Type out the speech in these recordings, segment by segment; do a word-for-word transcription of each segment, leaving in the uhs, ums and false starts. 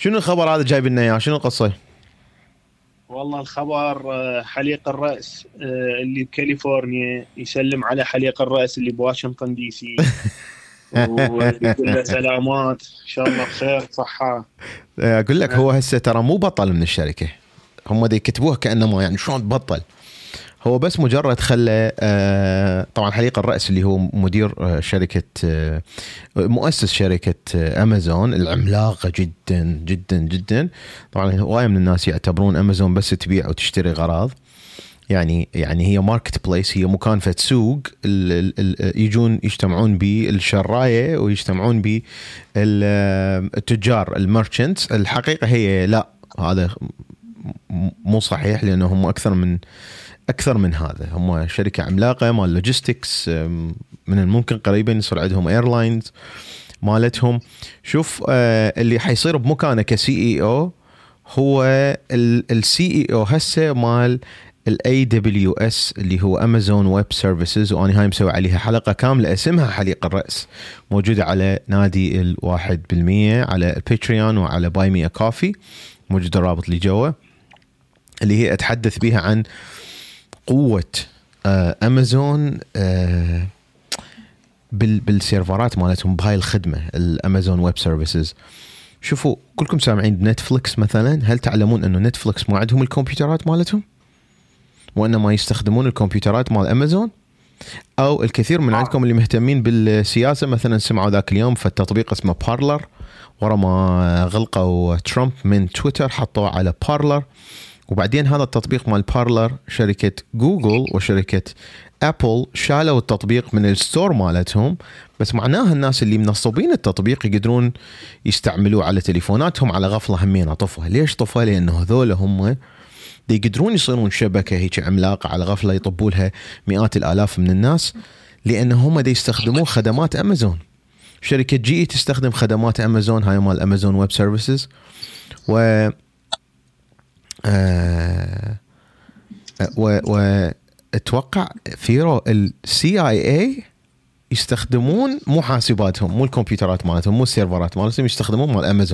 شنو الخبر هذا جايب لنا اياه؟ شنو القصه؟ والله الخبر حليق الرأس اللي بكاليفورنيا يسلم على حليق الرأس اللي بواشنطن دي سي ويقول له سلامات ان شاء الله بخير صحة. اقول لك هو هسه ترى مو بطل من الشركه، هم دي يكتبوه كانه يعني شلون تبطل، هو بس مجرد خلى آه طبعا حليق الرأس اللي هو مدير آه شركة آه مؤسس شركة آه أمازون العملاقة جدا جدا جدا. طبعا هواية من الناس يعتبرون أمازون بس تبيع وتشتري غراض، يعني يعني هي ماركت بليس، هي مكان فت سوق يجون يجتمعون به الشراية ويجتمعون به التجار الميرشنتس. الحقيقة هي لا، هذا مو صحيح، لأنه هم أكثر من أكثر من هذا، هم شركة عملاقة مال لوجيستكس، من الممكن قريبا يصير عندهم ايرلاينز مالتهم. شوف اللي حيصير بمكانه كسي اي او هو السي اي او هسه مال الاي دبليو اس اللي هو امازون ويب سيرفيسز، وانا هاي مسوي عليها حلقة كاملة اسمها حليق الرأس، موجودة على نادي الواحد بالمية على الباتريون وعلى باي مي كافي، موجود الرابط اللي جوا، اللي هي اتحدث بها عن قوة أمازون بالسيرفرات مالتهم بهاي الخدمة الأمازون ويب سيرفيسز. شوفوا كلكم سامعين بنتفليكس مثلا، هل تعلمون أنه نتفليكس ما عندهم الكمبيوترات مالتهم، وإنما يستخدمون الكمبيوترات مال أمازون؟ أو الكثير من عندكم اللي مهتمين بالسياسة مثلا سمعوا ذاك اليوم في التطبيق اسمه بارلر، ورا ما غلقوا ترامب من تويتر حطوه على بارلر، وبعدين هذا التطبيق مال بارلر شركة جوجل وشركة أبل شالوا التطبيق من الستور مالتهم، بس معناها الناس اللي منصبين التطبيق يقدرون يستعملوه على تليفوناتهم على غفلة همين طفوها. ليش طفوها؟ لأنه هذول هم يقدرون يصيرون شبكة هيك عملاقة على غفلة يطبوا لها مئات الآلاف من الناس، لأن هم دي يستخدمون خدمات أمازون. شركة جي تستخدم خدمات أمازون، هاي مال أمازون ويب سيرفيسز، و آه و واتوقع فيرو السي اي اي يستخدمون مو حاسباتهم، مو الكمبيوترات مالتهم، مو السيرفرات مالتهم، يستخدمون مال امازون.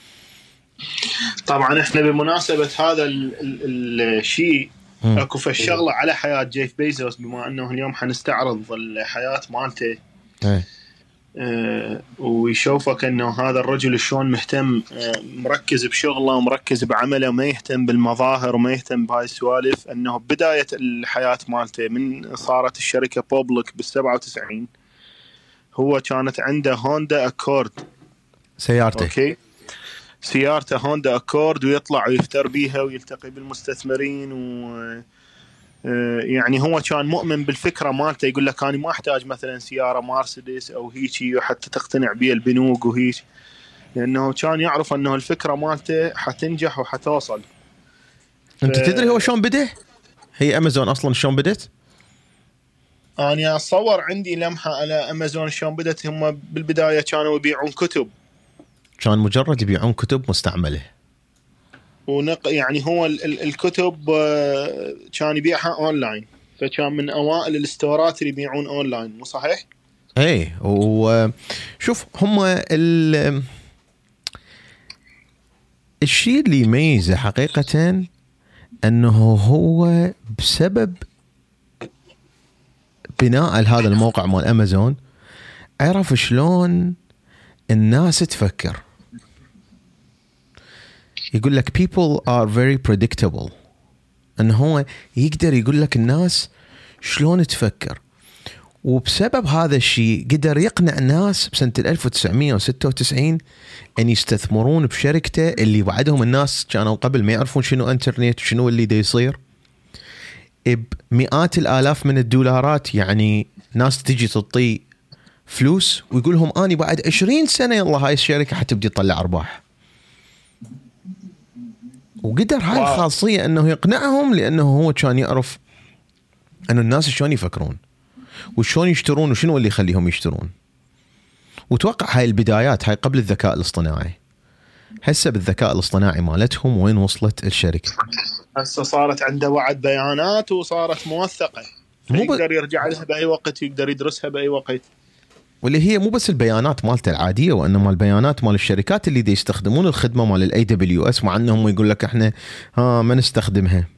طبعا احنا بمناسبة هذا الشيء اكو في الشغلة على حياة جيف بيزوس، بما انه اليوم حنستعرض الحياة مالته ايه أه ويشوفك انه هذا الرجل شلون مهتم، أه مركز بشغله ومركز بعمله وما يهتم بالمظاهر وما يهتم بهاي السوالف. انه بداية الحياة مالته من صارت الشركة بوبليك بالسبعة وتسعين، هو كانت عنده هوندا اكورد سيارته، اوكي سيارته هوندا اكورد، ويطلع ويفتر بيها ويلتقي بالمستثمرين، و يعني هو كان مؤمن بالفكرة مالته، يقول لك أنا ما أحتاج مثلا سيارة مرسيدس أو هيجي حتى تقتنع بيه البنوك وهيج، لأنه كان يعرف أنه الفكرة مالته حتنجح وحتوصل. أنت ف... تدري هو شلون بدأ؟ هي أمازون أصلا شلون بدت؟ أنا أتصور عندي لمحة على أمازون شلون بدت. هم بالبداية كانوا يبيعون كتب، كان مجرد يبيعون كتب مستعملة، ونق يعني هو ال- ال- الكتب كان يبيعها أونلاين، فكان من أوائل الاستورات اللي يبيعون أونلاين، مو صحيح؟ ايه. وشوف هم ال الشيء اللي يميزه حقيقة انه هو بسبب بناء هذا الموقع مال امازون عرف شلون الناس تفكر. يقول لك people are very predictable، انه هو يقدر يقول لك الناس شلون تفكر، وبسبب هذا الشيء قدر يقنع الناس بسنة ألف وتسعمية وستة وتسعين أن يستثمرون بشركته اللي بعدهم الناس كانوا قبل ما يعرفون شنو انترنت وشنو اللي دا يصير، بمئات الآلاف من الدولارات. يعني ناس تجي تطي فلوس ويقولهم أنا بعد عشرين سنة يلا هاي الشركة حتبدي تطلع أرباح، وقدر هاي الخاصية أنه يقنعهم، لأنه هو كان يعرف أن الناس شلون يفكرون وشلون يشترون وشنو اللي يخليهم يشترون. وتوقع هاي البدايات هاي قبل الذكاء الاصطناعي. هسه بالذكاء الاصطناعي مالتهم وين وصلت الشركة؟ هسه صارت عنده وعد بيانات وصارت موثقة، يقدر يرجع لها بأي وقت، يقدر يدرسها بأي وقت. واللي هي مو بس البيانات مالته العاديه، وانما البيانات مال الشركات اللي دي يستخدمون الخدمه مال الاي دبليو اس، مع انهم يقول لك احنا ها ما نستخدمها.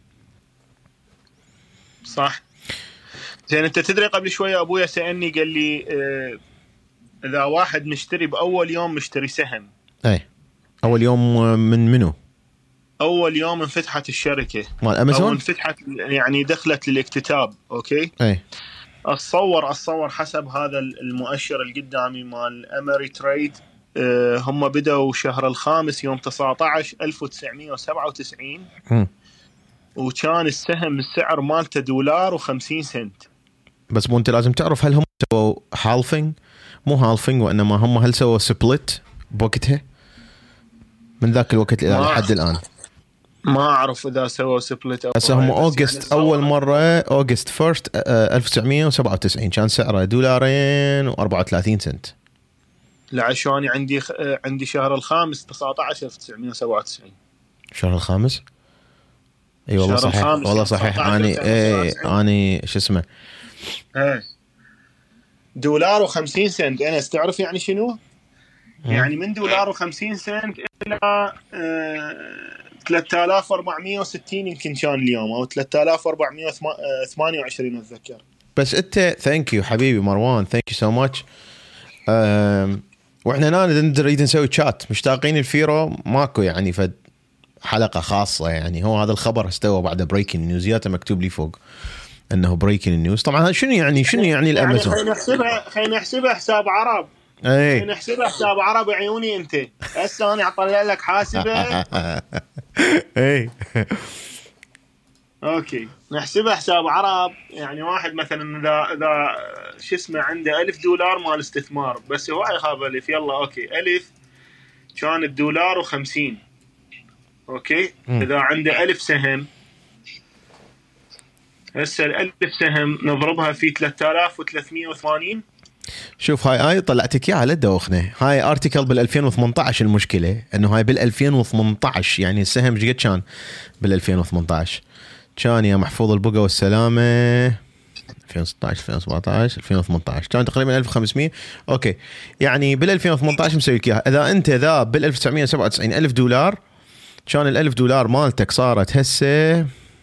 صح. زين انت تدري قبل شويه ابويا سالني قال لي اه اذا واحد مشتري باول يوم مشتري سهم، اي اول يوم من منو؟ اول يوم انفتحت الشركه مال امازون، او انفتحت يعني دخلت للاكتتاب. اوكي. اي اتصور اتصور حسب هذا المؤشر القدامي مال امري تريد، اه هم بدأوا شهر الخامس يوم تسعة عشر ألف وتسعمية وسبعة وتسعين، م. وكان السهم السعر مالته دولار وخمسين سنت. بس مو انت لازم تعرف هل هم سووا هالفينج مو هالفينج، وانما هم هل سووا سبلت بوقتها من ذاك الوقت الى لحد الان؟ ما اعرف اذا سووا سبلت او هسه هم اوغست يعني اول مره اوغست فيرست ألف وتسعمية وسبعة وتسعين كان سعره دولارين وأربعة وثلاثين سنت. لعشاني عندي خ... عندي شهر الخامس تسعة عشر ألف وتسعمية وسبعة وتسعين. شهر الخامس اي والله صحيح والله صحيح. اني اي اني شو اسمه ايه دولار و50 سنت. انا استعرف يعني شنو؟ يعني من دولار و50 سنت الى آه ثلاثة آلاف وأربعمية وستين يمكن كان اليوم، او ثلاثة آلاف وأربعمية وثمانية وعشرين اتذكر. بس انت ثانك يو حبيبي مروان، ثانك يو سو ماتش. واحنا هنا نريد نسوي تشات، مشتاقين الفيرو ماكو يعني فد حلقه خاصه. يعني هو هذا الخبر استوى بعد بريكنج نيوز، ياته مكتوب لي فوق انه بريكنج نيوز. طبعا شنو يعني شنو يعني الامازون؟ خلينا نحسبها خلينا نحسبها حساب عرب. اي خلينا نحسبها حساب عرب عيوني انت. هسه انا اطلع لك حاسبه. اي اوكي نحسبها حساب عرب. يعني واحد مثلا اذا اذا شو اسمه عنده ألف دولار مال استثمار، بس هو يخاف ألف. يلا اوكي ألف كان الدولار وخمسين. اوكي م. اذا عنده ألف سهم، هسه الألف سهم نضربها في ثلاثة آلاف وثلاثمية وثمانين. شوف هاي هاي طلعتك اياها لا تدوخنا. هاي ارتكل بال ألفين وثمانية عشر. المشكله انه هاي بال ألفين وثمانية عشر، يعني السهم ايش قد كان بال ألفين وثمانية عشر؟ كان يا محفوظ البقى والسلامه ألفين وستة عشر ألفين وسبعة عشر ألفين وثمانية عشر كان تقريبا ألف وخمسمية. اوكي يعني بال ألفين وثمانية عشر مسوي لك اياها. اذا انت ذا بال ألف وتسعمية وسبعة وتسعين ألف دولار، كان الألف دولار مالتك صارت هسه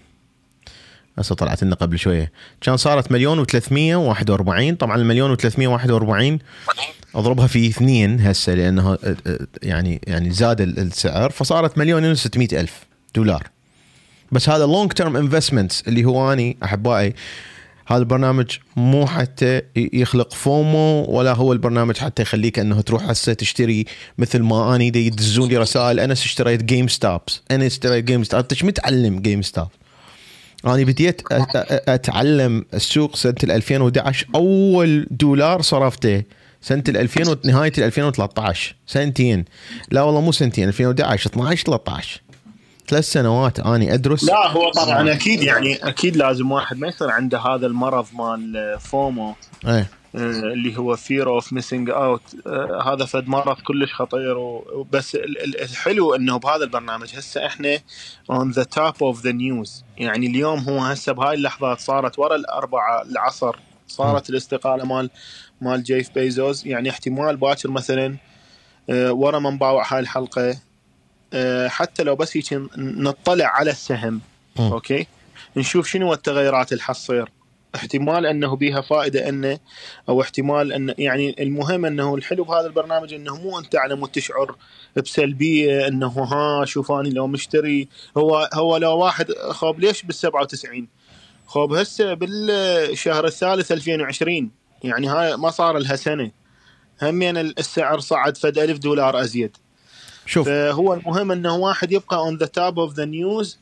هسه طلعت لنا قبل شويه كان صارت مليون وثلاثمية وواحد وأربعين. طبعا المليون وثلاثمية وواحد وأربعين اضربها في اثنين هسه لانه يعني يعني زاد السعر، فصارت مليون وستمية ألف دولار. بس هذا لونج تيرم انفستمنتس اللي هو اني احبائي هذا البرنامج مو حتى يخلق فومو، ولا هو البرنامج حتى يخليك انه تروح هسه تشتري مثل ما اني دي يدزون لي رسائل انا اشتريت جيم ستوبس انا اشتريت جيم ستوب. انت شو متعلم جيم ستوب؟ أنا بديت أتعلم السوق سنة ألفين وأحد عشر. أول دولار صرفته سنة الألفين ونهاية الألفين وثلاثة عشر، سنتين. لا والله مو سنتين، ألفين وأحد عشر اثنا عشر ثلاثة عشر ثلاث سنوات أنا أدرس. لا هو طبعا أكيد يعني أكيد لازم واحد ما يصير عنده هذا المرض مال فومو ايه. اللي هو fear of missing out. هذا فد مرض كلش خطير. بس الحلو انه بهذا البرنامج هسه احنا on the top of the news. يعني اليوم هو هسه بهاي اللحظات صارت ورا الأربعة العصر صارت الاستقالة مال مال جيف بيزوس. يعني احتمال باكر مثلا ورا ما نباوع هاي الحلقة حتى لو بس هيك نطلع على السهم اوكي نشوف شنو التغيرات اللي حتصير. احتمال انه بيها فائده انه او احتمال ان يعني المهم انه الحلو بهذا البرنامج انه مو انت على مود تشعر بسلبيه انه ها شوفاني لو مشتري. هو هو لو واحد خوب ليش بالسبعة وتسعين خوب هسه بالشهر الثالث ألفين وعشرين، يعني هاي ما صار لها سنه همين السعر صعد فد ألف دولار ازيد. شوف فهو المهم انه واحد يبقى on the top of the news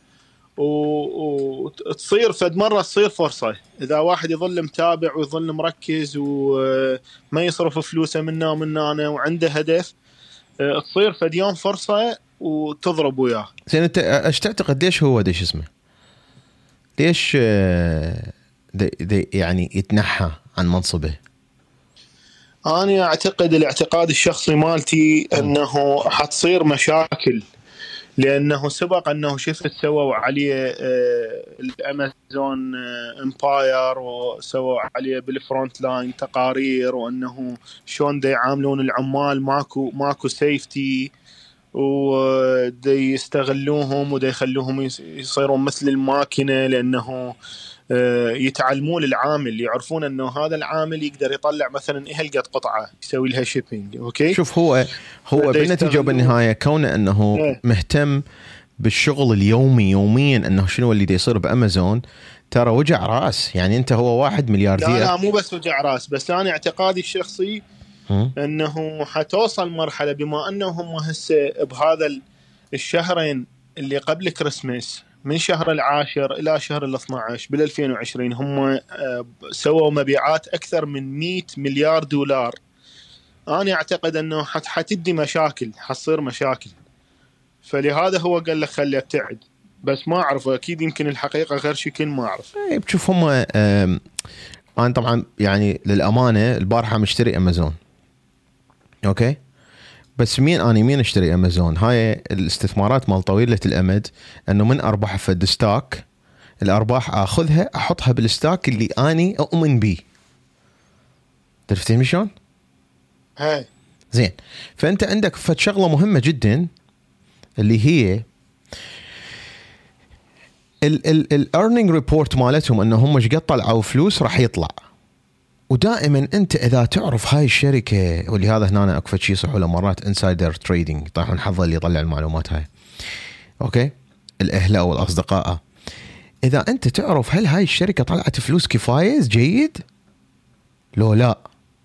وتصير فد مرة تصير فرصة. إذا واحد يظل متابع ويظل مركز وما يصرف فلوسه منا ومنا وعنده هدف، تصير فد يوم فرصة وتضرب وياه. زين أنت إيش تعتقد ليش هو ديش اسمه ليش دي دي يعني يتنحى عن منصبه؟ أنا أعتقد الاعتقاد الشخصي مالتي أنه حتصير مشاكل لانه سبق انه شفت سووا عليه الامازون امباير وسووا عليه بالفرونت لاين تقارير وانه شلون دا يعاملون العمال، ماكو ماكو سيفتي ودا يستغلوهم ودا يخلوهم يصيرون مثل الماكينه، لانه يتعلمون العامل، يعرفون انه هذا العامل يقدر يطلع مثلا ايه هالقد قطعه يسوي لها شيبينج. اوكي، شوف هو هو بالنتيجه بالنهايه كونه انه ايه؟ مهتم بالشغل اليومي يوميا، انه شنو اللي دا يصير بامازون، ترى وجع راس. يعني انت هو واحد ملياردير. لا لا مو بس وجع راس، بس انا اعتقادي الشخصي م? انه حتوصل مرحله بما انهم هسه بهذا الشهرين اللي قبل كريسمس من شهر العاشر إلى شهر الاثنى عشر بالألفين وعشرين هم سووا مبيعات أكثر من مئة مليار دولار. أنا أعتقد أنه حتدي مشاكل، حتصير مشاكل، فلهذا هو قال لك خلي ابتعد. بس ما أعرف، أكيد يمكن الحقيقة غير شكل، ما أعرف. بتشوف هم أنا طبعا يعني للأمانة البارحة مشتري أمازون، أوكي، بس مين أنا مين اشتري أمازون؟ هاي الاستثمارات مال طويلة الأمد، أنه من أرباح فد ستاك، الأرباح أخذها أحطها بالستاك اللي أني أؤمن بيه. تفتهم شلون؟ هاي زين. فأنت عندك فد شغلة مهمة جدا اللي هي ال ال ال earning report مالتهم، أنه هم ايش قد طلعوا فلوس راح يطلع. ودائما انت اذا تعرف هاي الشركه، ولهذا هنا أنا اكفت شيء صح ولا مرات انسايدر تريدينج، طبعا حظ اللي يطلع المعلومات هاي، اوكي، الاهل او الاصدقاء، اذا انت تعرف هل هاي الشركه طلعت فلوس كفايه جيد لو لا،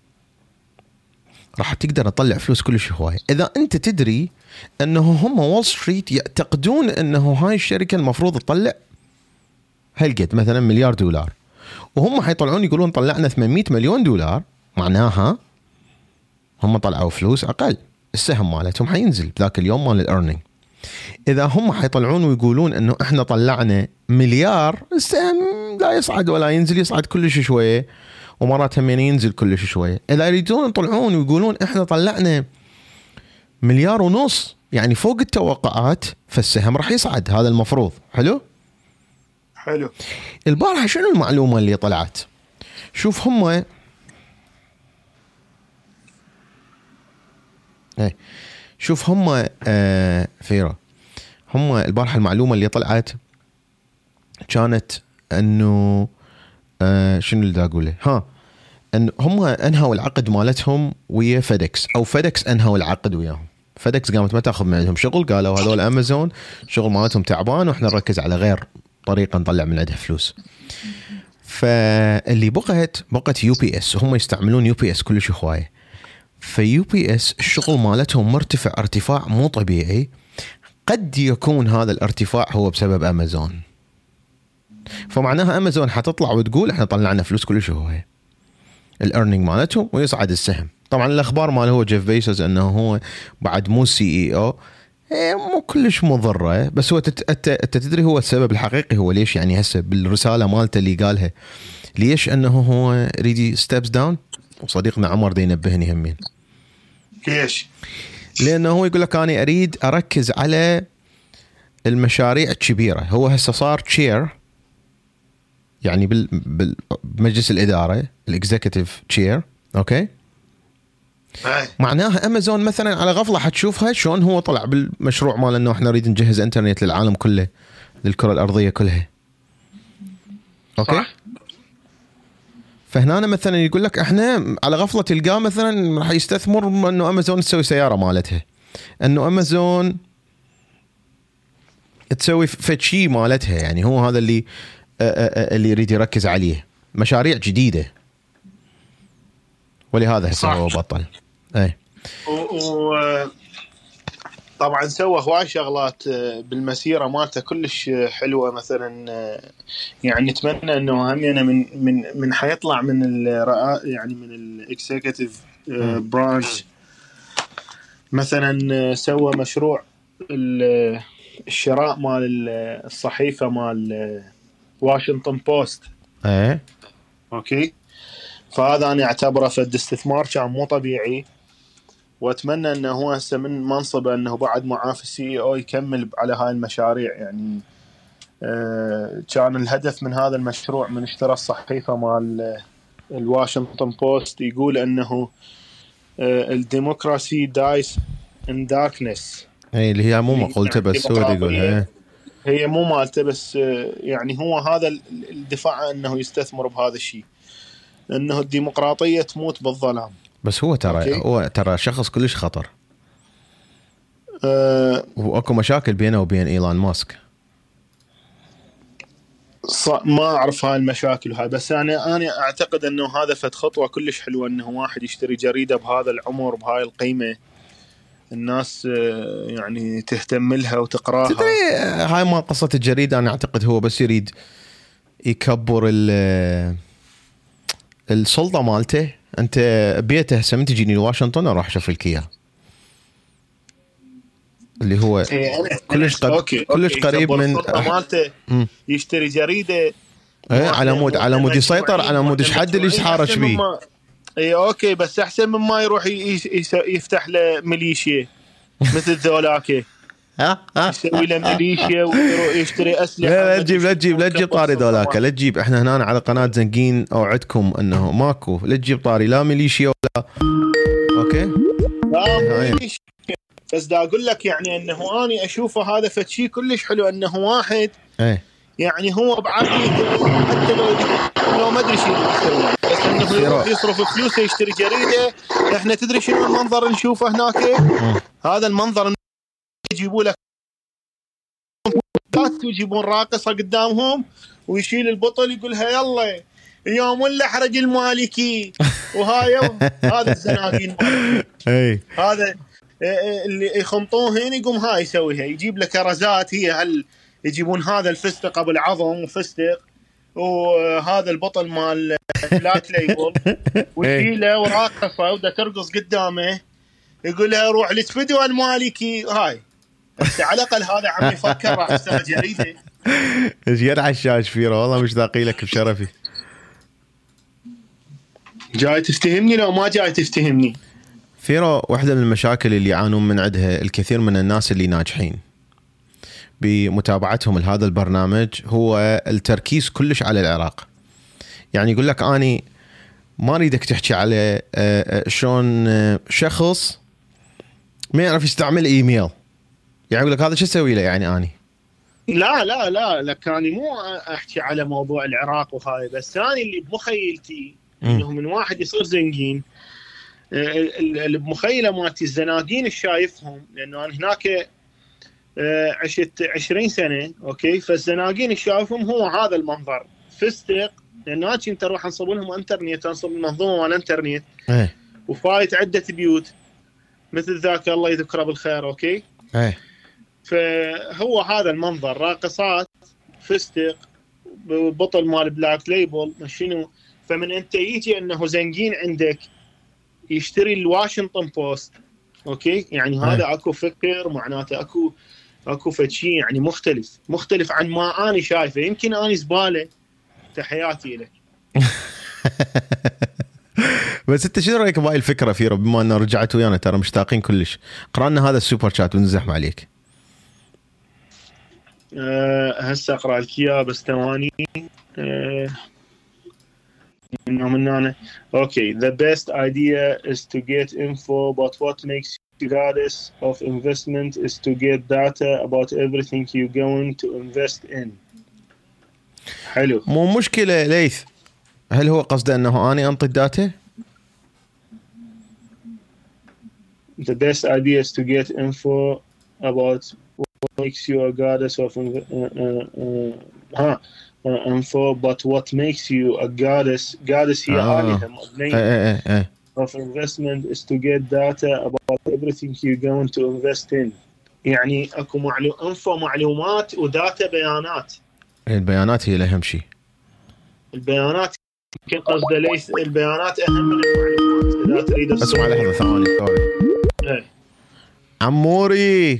راح تقدر تطلع فلوس كلش هوايه. اذا انت تدري انه هم وول ستريت يعتقدون انه هاي الشركه المفروض تطلع هالقد مثلا مليار دولار، وهم حيطلعون يقولون طلعنا ثمانمئة مليون دولار، معناها هم طلعوا فلوس أقل، السهم مالتهم حينزل بذاك اليوم مال الارنينج. إذا هم حيطلعون ويقولون إنه إحنا طلعنا مليار، السهم لا يصعد ولا ينزل، يصعد كلش شوية ومرات هم ينزل كلش شوية. إذا يريدون يطلعون ويقولون إحنا طلعنا مليار ونص، يعني فوق التوقعات، فالسهم راح يصعد، هذا المفروض. حلو حلو. البارحة شنو المعلومة اللي طلعت؟ شوف هم ايه شوف هم آه فيرا هم البارحة المعلومة اللي طلعت كانت انه آه شنو اللي دا اقوله، ها ان هم انهوا العقد مالتهم ويا فيدكس، او فيدكس انهوا العقد وياهم. فيدكس قامت ما تاخذ من عندهم شغل، قالوا هذول امازون شغل مالتهم تعبان واحنا نركز على غير طريقة نطلع من عندها فلوس. فاللي بقت بقت يو بي اس، هم يستعملون يو بي اس كلش هواية. فيو بي اس الشغل مالتهم مرتفع ارتفاع مو طبيعي، قد يكون هذا الارتفاع هو بسبب امازون. فمعناها امازون حتطلع وتقول احنا طلعنا فلوس كلش هواية، الارنينج مالتهم، ويصعد السهم. طبعا الاخبار ماله هو جيف بيسوس انه هو بعد مو سي اي او، مو كلش مضرة، بس هو انت تدري هو السبب الحقيقي هو ليش، يعني هسه بالرسالة مالته اللي قالها ليش انه هو ريدي ستيبس داون، وصديقنا عمر دي ينبهني همين ليش، لانه هو يقول لك انا اريد اركز على المشاريع الكبيرة. هو هسه صار تشير، يعني بالمجلس الادارة، الاكزيكتيف تشير، اوكي. معناها امازون مثلا على غفله حتشوفها شلون هو طلع بالمشروع مال انه احنا نريد نجهز انترنت للعالم كله، للكره الارضيه كلها، اوكي صح. فهنا مثلا يقول لك احنا على غفله تلقاه مثلا راح يستثمر انه امازون تسوي سياره مالتها، انه امازون تسوي فتشي مالتها، يعني هو هذا اللي اللي يريد يركز عليه، مشاريع جديده. ولهذا هسه هو بطل. اي و طبعا سوى هواي شغلات بالمسيره مالته كلش حلوه، مثلا يعني نتمنى انه هم يعني من من من حيطلع من الرئا يعني من الاكزيكتيف برانش. مثلا سوى مشروع الشراء مال الصحيفه مال واشنطن بوست. ايه اوكي، فهذا انا اعتبره فد استثمار كان مو طبيعي، واتمنى انه هو هسه من منصبه انه بعد معاه في السي اي او يكمل على هاي المشاريع. يعني آه كان الهدف من هذا المشروع من اشترى الصحيفه مال الواشنطن بوست يقول انه آه الديمقراسي دايس ان داركنس. اي اللي هي مو مقولته بس هو يقولها، هي مو مالته بس آه يعني هو هذا الدفاع انه يستثمر بهذا الشيء، انه الديمقراطيه تموت بالظلام. بس هو ترى أوكي. هو ترى شخص كلش خطر. أه واكو مشاكل بينه وبين ايلون ماسك. ما اعرف هاي المشاكل وهاي، بس انا انا اعتقد انه هذا فد خطوه كلش حلوه انه واحد يشتري جريده بهذا العمر بهاي القيمه، الناس يعني تهتم لها وتقراها. تدري هاي ما قصه الجريده، انا اعتقد هو بس يريد يكبر السلطه مالته. انت بيته هسه من تجيني لواشنطن اروح اشوف لك اياه، اللي هو كلش قريب كلش قريب من مالته يشتري جريده ايه على مود على مود يسيطر على مود ايش حد اللي يسحارش بيه. اي اوكي بس احسن مما يروح يفتح له ميليشيا مثل ذولاك ها ها يسوي له ميليشيا ويشتري اسلحه. لا لا تجيب لا تجيب لا تجيب طاري ذولاك، لا تجيب. احنا هنا على قناه زنقين اوعدكم انه ماكو، لا تجيب طاري لا ميليشيا ولا اوكي لا ميليشيا. بس دا اقول لك يعني انه اني اشوفه هذا فشي كلش حلو، انه واحد ايه يعني هو بعقليته حتى لو لو ما ادري شو يسوي بس انه يروح يصرف فلوسه يشتري جريده. احنا تدري شنو المنظر نشوفه هناك؟ هذا المنظر يجيبوا لك ويجيبون راقصه قدامهم ويشيل البطل يقولها يلا يوم ولا حرج المالكي وهاي هذا الزناقين اي هذا اللي يخمطوه هنا يقوم هاي يسويها، يجيب لك رزات هي هل يجيبون هذا الفستق ابو العظم وفستق وهذا البطل مال بلاك ليبل ويشيله وراقصه ودا ترقص قدامه يقول لها روح لتفدوا المالكي. هاي بس على الاقل هذا عم يفكر راح يشتري جريده. ايش يرعى الشاش فيرو والله مشتاقي لك بشرفي. جاي تفتهمني لو ما جاي تفتهمني؟ فيرو واحدة من المشاكل اللي يعانون من عندها الكثير من الناس اللي ناجحين بمتابعتهم لهذا البرنامج هو التركيز كلش على العراق. يعني يقول لك أني ما أريدك تحكي على شلون شخص ما يعرف يستعمل إيميل، يعني يقول لك هذا شو أسوي له يعني أني لا لا لا لك أنا مو أحكي على موضوع العراق وهاي، بس أنا اللي بمخيلتي إنه من واحد يصير زنقين اللي بمخيلة مالتي الزناقين الشايفهم، لأنه أنا هناك عشت عشرين سنة أوكي، فالزناقين الشايفهم هو هذا المنظر فستق، لأنه هاتي أنت روح نصب لهم إنترنت نصب منظومة على الإنترنت ايه وفايت عدة بيوت مثل ذاك الله يذكره بالخير أوكي ايه. فهو هذا المنظر راقصات فستق بطل مال بلاك ليبل شنو. فمن أنت يجي أنه زنقين عندك يشتري الواشنطن بوست اوكي، يعني هذا أيه. اكو فكر معناته اكو اكو فشي يعني مختلف مختلف عن ما اني شايفه. يمكن اني زباله تحياتي لك. بس انت شو رايك بهاي الفكره فيرو بما انه رجعت ويانا ترى مشتاقين كلش؟ قرانا هذا السوبر شات ونزحم عليك. أه هسه اقرا لك اياه بس ثواني. أه من هنا okay the best idea is to get info but what makes you goddess of investment is to get data about everything you're going to invest in. حلو مو مشكلة ليث، هل هو قصده انه اني انطي الداتا؟ the best idea is to get info about what makes you a goddess of uh, uh, uh, huh. Uh, info but what makes you a goddess goddess هي آه. آلهة ايه ايه ايه of investment is to get data about everything you're going to invest in. يعني اكو معلوم انفو معلومات وداتا بيانات. البيانات هي الاهم شيء. البيانات يمكن قصده ليس البيانات اهم من المعلومات. اذا تريد اسمع لحظه ثواني سوري. ايه عموري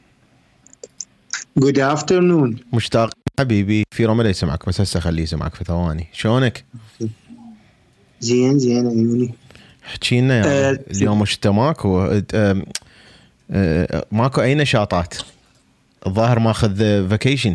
good afternoon. مشتاق حبيبي. في رمضان يسمعك بس هسه خليه يسمعك في ثواني. شلونك؟ زين زين عيوني. احكي لنا يعني آه، اليوم وش انت ماكو آه، آه، ماكو اي نشاطات؟ الظاهر ماخذ فاكيشن.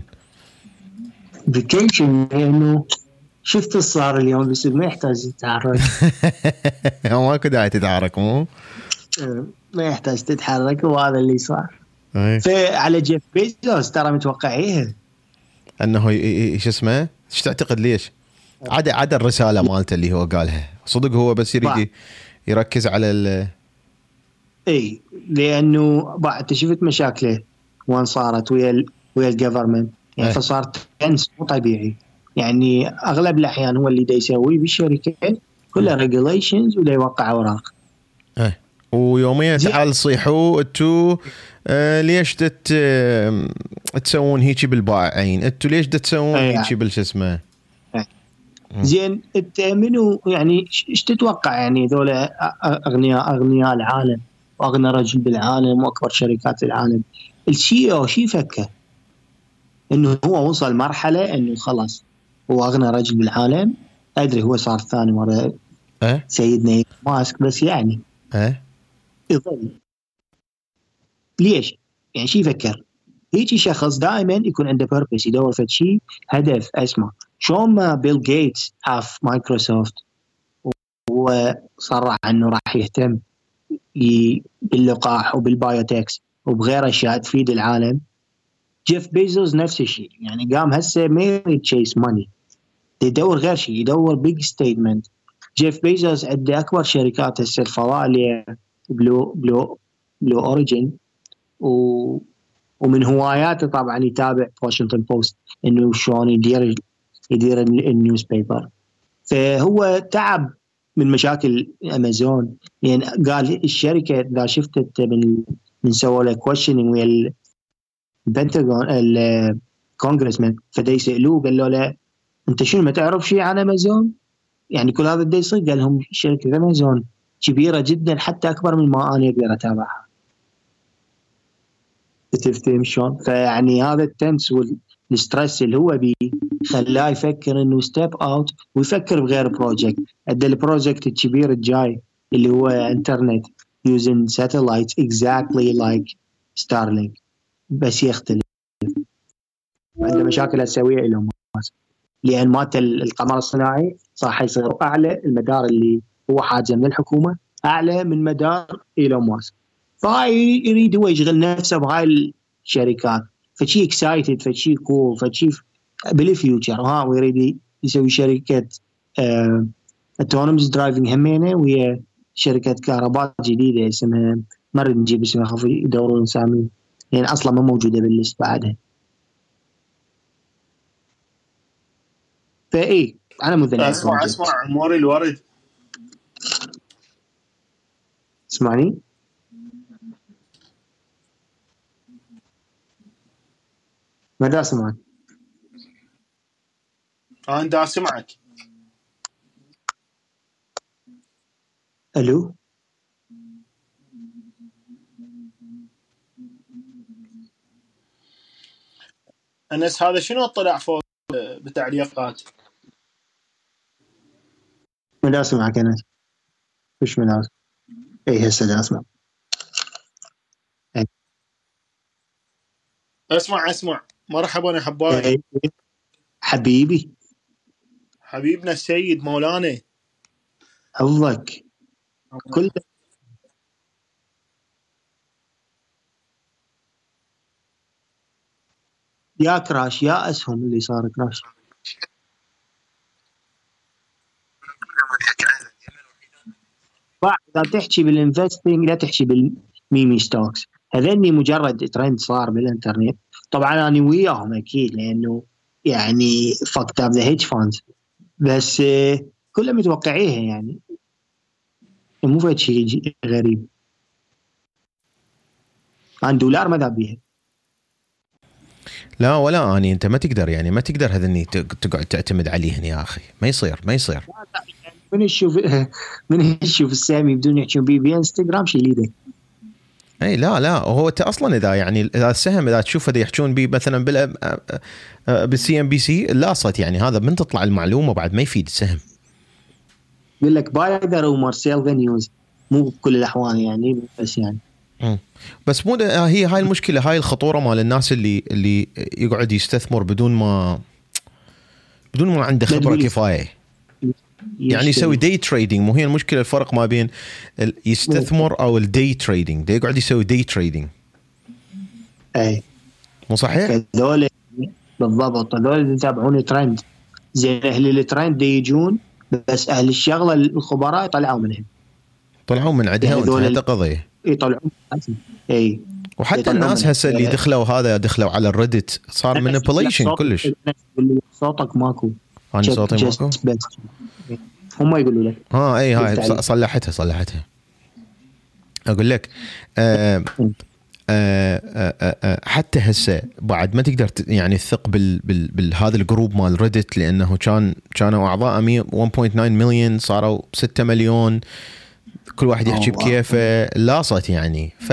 فيكيشن لانه شفت الصار اليوم بس ما يحتاج تتحرك. ماكو داعي تتحرك مو آه، ما يحتاج تتحرك وهذا اللي صار. أي. فعلى جيف بيزوس ترى متوقعيها انه ي- ي- شو اسمه، ايش تعتقد ليش؟ عدا عدا الرساله مالته اللي هو قالها صدق، هو بس يريد يركز على ال اي لانه بعد انت شفت مشاكله وين صارت ويا ال ويا الجفرمنت يعني أي. فصارت تنس مو طبيعي. يعني اغلب الاحيان هو اللي دا يسويه بالشركه كلها ريجوليشنز ودا يوقع اوراق. ايه ويوميا زي- تعال صيحوا انتو آه ليش دت آه تسوون هيجي بالبائعين، انتو ليش دت تسوون أي. هيجي بالش اسمه. زين انت منو يعني ايش تتوقع يعني هذول اغنياء اغنياء العالم واغنى رجل بالعالم واكبر شركات العالم السي او شي يفكر انه هو وصل مرحله انه خلاص هو اغنى رجل بالعالم. ادري هو صار ثاني مره اه سيدنا ماسك بس يعني اه يظل ليش يعني شي يفكر هيجي شخص دائما يكون عنده بيربس يدور في شيء هدف اسمه شلون ما بيل جيتس عاف مايكروسوفت وصرح انه راح يهتم باللقاح وبالبايوتكس وبغير اشياء تفيد العالم. جيف بيزوس نفس الشيء يعني قام هسه ما يريد تشيس ماني يدور غير شيء يدور بيج ستيتمنت. جيف بيزوس عنده اكبر شركات هسه الفضاء اللي بلو بلو بلو اوريجين و ومن هواياته طبعا يتابع واشنطن بوست انه شلون يدير يدير النيوز بيبر. فهو تعب من مشاكل امازون يعني قال الشركه اذا شفت من من سووا له كويشننج ويا البنتاغون الكونغرسمان فدا يسالوه قال له لا انت شنو ما تعرف شيء عن امازون يعني كل هذا دا يصير. قال لهم شركه امازون كبيره جدا حتى اكبر من ما انا اقدر اتابعها. تفهم شلون؟ فيعني هذا التنس والستريس اللي هو بيه خلاه يفكر انه ستيب اوت ويفكر بغير بروجكت. عنده البروجكت الكبير الجاي اللي هو انترنت using satellites exactly like Starlink بس يختلف. عنده مشاكل اسويه ايلون ماسك لان مات القمر الصناعي صح يصير اعلى المدار اللي هو حاجه من الحكومه اعلى من مدار ايلون ماسك. فهاي يريد هو يشغل نفسه بهاي الشركات فشي اكسايتد فشي كول فشي بالفيوتشر ها ويريد يسوي شركه اوتونوموس درايفنج همينه ويا شركه كهرباء جديده اسمها ما نريد نجيب اسمها خاف يدورون سامي يعني اصلا ما موجوده بالليست بعدها. فاي انا مذنب. اسمع اسمع عموري الورد اسمعني ما دا سمعك. انا دا اسمعك. الو انس هذا شنو طلع فوق بتعليقات؟ ما دا سمعك انا وش من هذا؟ اي هسه دا اسمع. اسمع اسمع مرحبا يا حبايبي. حبيبي حبيبنا السيد مولانا حظك كل يا كراش يا اسهم اللي صار كراش. اذا تحكي بالانفستنج لا تحكي بالميمي ستوكس هذني مجرد ترند صار بالانترنت. طبعا انا وياهم اكيد لانه يعني فكت اب ذا هيدج فاندز بس كلهم متوقعيها يعني مو في شيء غريب. عن دولار ما ذابيها لا ولا اني انت ما تقدر يعني ما تقدر هذني تقعد تعتمد عليهن يا اخي ما يصير ما يصير. من يشوف من يشوف السامي بدون يحكون بيه بانستغرام شيء ليده. اي لا لا هو انت اصلا اذا يعني اذا السهم اذا تشوف هذا يحكون به مثلا بال بالسي ام بي سي لاصت يعني هذا من تطلع المعلومه بعد ما يفيد السهم. يقول لك بايدر ومارسيل فينيوز مو بكل الاحوال يعني بس يعني م. بس مو هي هاي المشكله، هاي الخطوره مال الناس اللي اللي يقعد يستثمر بدون ما بدون ما عنده خبره كفايه، يعني يسوي دي تريدينج. مو هي المشكله الفرق ما بين يستثمر او الدي تريدينج، ده يقعد يسوي دي تريدينج. اي مو صحيح؟ هذول بالضبط، هذول اللي يتابعون ترند زين، اهل الترند يجون بس اهل الشغله الخبراء يطلعوا منهم، طلعوا من عندها وانتهت القضيه. يطلعون اي. وحتى الناس هسه اللي دخلوا هذا دخلوا على الريدت صار مانيبيوليشن كلش. صوتك ماكو، انا صوتي ماكو، هم يقولوا لك اه اي هاي صلحتها صلحتها اقول لك آه آه آه آه حتى هسه بعد ما تقدر يعني تثق بال بال بهذا الجروب مال ريدت، لانه كان كانوا اعضاء واحد فاصلة تسعة مليون صاروا ستة مليون، كل واحد يحكي بكيفه، لاصت يعني. ف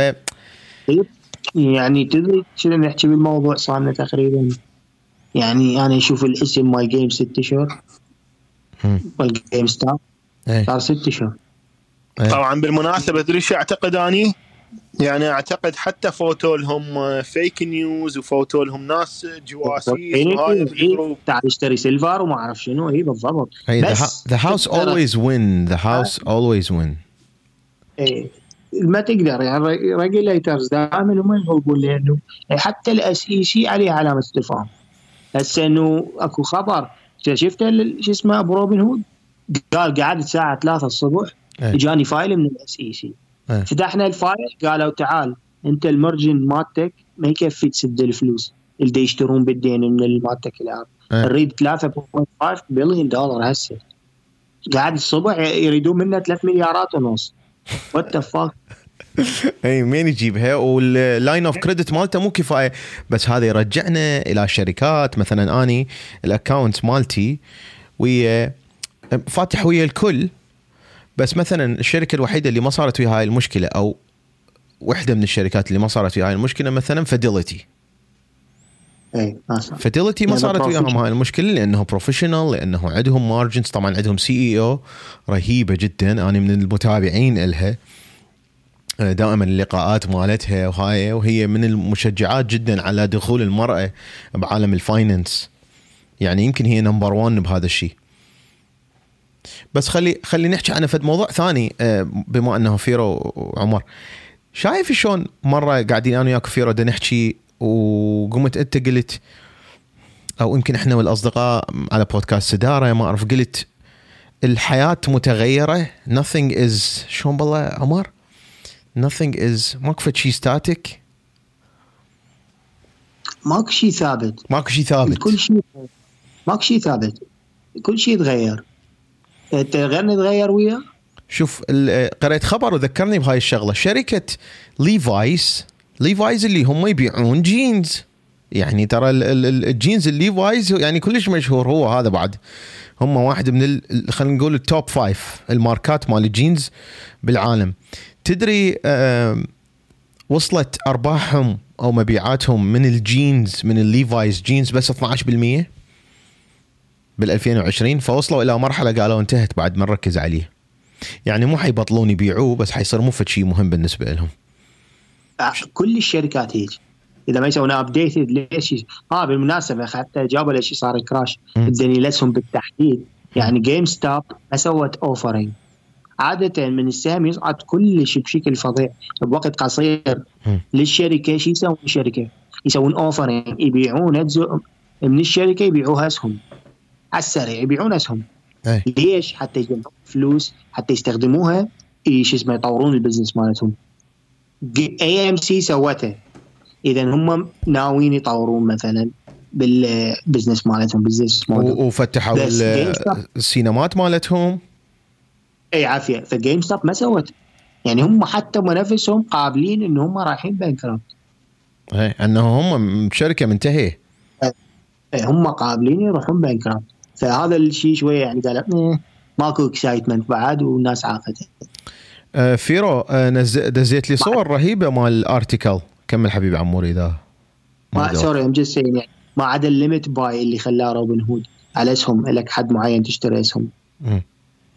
يعني تدري شنو نحكي بالموضوع؟ صار لنا تقريبا يعني انا اشوف الاسم ماي جيم ست شهور والجيم ستار صار ست شهور. طبعا بالمناسبه تدري شو اعتقد اني؟ يعني اعتقد حتى فوتو لهم فيك نيوز وفوتو لهم ناس جواسيس وهاي بالجروب تعال اشتري سيلفر وما اعرف شنو. هي بالضبط، بس the house always win the house always win. ايه ما تقدر يعني ريجوليترز دائما هم يقولون لانه حتى الاس اي سي عليه علامه استفهام. هسه انه اكو خبر شفت شو اسمه ابو روبن هود قال قعدت الساعه ثلاثة الصبح اجاني فايل من الاس اي سي، فتحنا الفايل قالوا تعال انت المرجن مالتك ما يكفي تسد الفلوس اللي يشترون بالدين من مالتك الان، نريد ثلاثة فاصلة خمسة بليون دولار. هسه قاعد الصبح يريدون منه ثلاث مليارات ونص. وات ذا فاك اي مين يجيبها؟ واللاين اوف كريدت مالته مو كفايه. بس هذا يرجعنا الى الشركات. مثلا اني الاكونت مالتي ويا فاتح ويا الكل، بس مثلا الشركه الوحيده اللي ما صارت وياها هاي المشكله او وحده من الشركات اللي ما صارت وياها هاي المشكله مثلا فيديليتي. اي فيديليتي ما صارت وياهم هاي المشكله لانه بروفيشنال، لانه عندهم مارجنز. طبعا عندهم سي اي او رهيبه جدا، انا من المتابعين لها دائما اللقاءات مالتها وهاي، وهي من المشجعات جدا على دخول المرأة بعالم الفاينانس. يعني يمكن هي نمبر وان بهذا الشيء. بس خلي خلي نحكي عن فد موضوع ثاني، بما انه فيرو وعمر شايف شلون مره قاعدين انا وياك فيرو دا نحكي وقمت انت قلت، او يمكن احنا والاصدقاء على بودكاست سداره ما اعرف، قلت الحياه متغيره. nothing is شلون بالله عمر nothing is ماكو فد شيء static، ماكو شيء ثابت، ماكو شيء ثابت، كل شيء ماكو شيء ثابت، كل شيء يتغير. تغير نتغير وياه. شوف قرأت خبر وذكرني بهاي الشغله، شركه ليفايس ليفايس اللي هم يبيعون جينز، يعني ترى الجينز الليفايس يعني كلش مشهور، هو هذا بعد هم واحد من خلينا نقول التوب فايف الماركات مال الجينز بالعالم. تدري آه وصلت ارباحهم او مبيعاتهم من الجينز من الليفايس جينز بس اثني عشر بالمية بال ألفين وعشرين، فوصلوا الى مرحله قالوا انتهت بعد ما نركز عليه. يعني مو حيبطلون يبيعوه، بس حيصير مو فد شيء مهم بالنسبه لهم. كل الشركات هيك اذا ما يسوون ابديتد ليش. اه بالمناسبه حتى جابوا ليش صار الكراش بدني لسهم بالتحديد. يعني جيم ستوب ما سوت اوفرين، عاده من السهم يصعد كلش بشكل فظيع بوقت قصير. م. للشركه شو يسوون؟ الشركه يسوون اوفرين، يبيعون اجزاء من الشركه، يبيعوها اسهم على السريع، يبيعون اسهم. أي. ليش؟ حتى يجمعون فلوس حتى يستخدموها ايش اسمه يطورون البزنس مالتهم. اي ام سي سوته، اذا هم ناويين يطورون مثلا بالبزنس مالتهم بزنس موديل، وفتحوا السينمات مالتهم. اي عافيه. فجيم ستوب ما سوت، يعني هم حتى منافسهم قابلين ان هم رايحين بانكرابت، اي انه هم شركه منتهيه، هم قابلين يروحون بانكرابت. فهذا الشيء شويه يعني قال إيه ماكو اكسايتمنت بعد والناس عافته. آه فيرو آه نزلت لي صور رهيبه مال الارتيكل. كمل حبيبي عموري. ذا ما سوري ام جست يعني ما عدا الليمت باي اللي خلاه روبن هود على اسهم لك حد معين تشتري اسهم.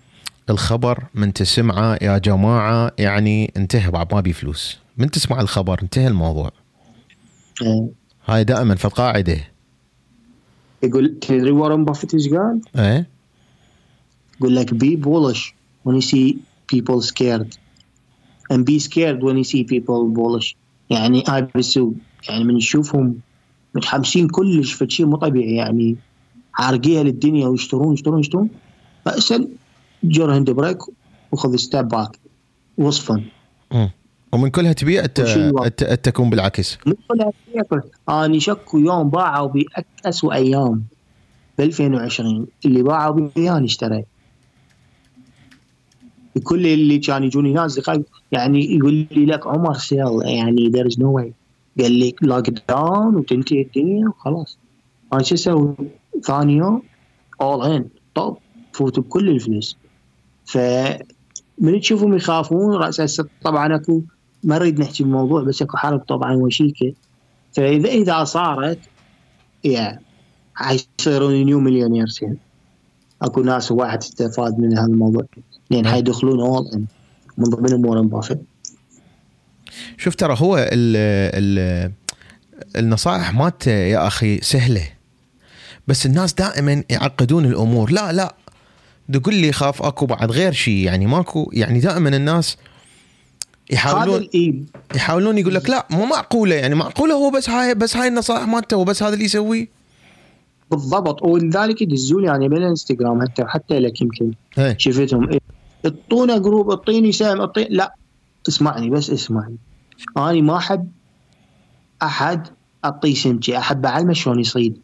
الخبر من تسمعه يا جماعة يعني انتهى، بعد ما بي فلوس من تسمع الخبر انتهى الموضوع. أه. هاي دائما في القاعدة. يقول تدري وارن بافيت ايش قال؟ ايه يقول لك be bullish when you see people scared and be scared when you see people bullish. يعني هاي بالسوق يعني من نشوفهم متحمسين كلش في شيء مو طبيعي، يعني عارقيها للدنيا ويشترون يشترون يشترون فأسأل جور هند بريك وخذ ستاب باك وصفا. م. ومن كلها تبيع تكون بالعكس. من كلها تبيع. أنا شكوا يوم باعوا بأسوأ أيام ب ألفين وعشرين اللي باعوا بيان اشتري. كل اللي كان يجوني ناس يعني يقول لي لك عمر سيل يعني there is no way، قال لي لاك داون وتنتهي الدنيا وخلاص. أنا شو أسوي ثاني يوم all in طب فوت بكل الفلوس. فمن تشوفهم يخافون رأس طبعا أكو ما نريد نحكي الموضوع بس أكو حرب طبعا وشيكة. فإذا إذا صارت يا حيصيرون نيو مليونيرز. يعني أكو ناس واحد استفاد من هذا الموضوع لأن حيدخلون all in من ضمنهم وارن بافيت. شوف ترى هو ال ال النصائح مالته يا أخي سهلة بس الناس دائما يعقدون الأمور. لا لا تقول لي خاف أكو بعد غير شيء يعني ماكو، يعني دائما الناس يحاولون يحاولون يقول لك لا مو معقولة، يعني معقولة هو بس هاي بس هاي النصائح مالته وبس هذا اللي يسويه بالضبط. ولذلك يدزون يعني بالانستغرام حتى حتى لك يمكن شفتهم إيه اعطونا جروب اعطيني سهم اعطيني. لا اسمعني بس اسمعني، أنا ما أحب أحد أعطيه سمتي، أحب أعلمه شلون يصيد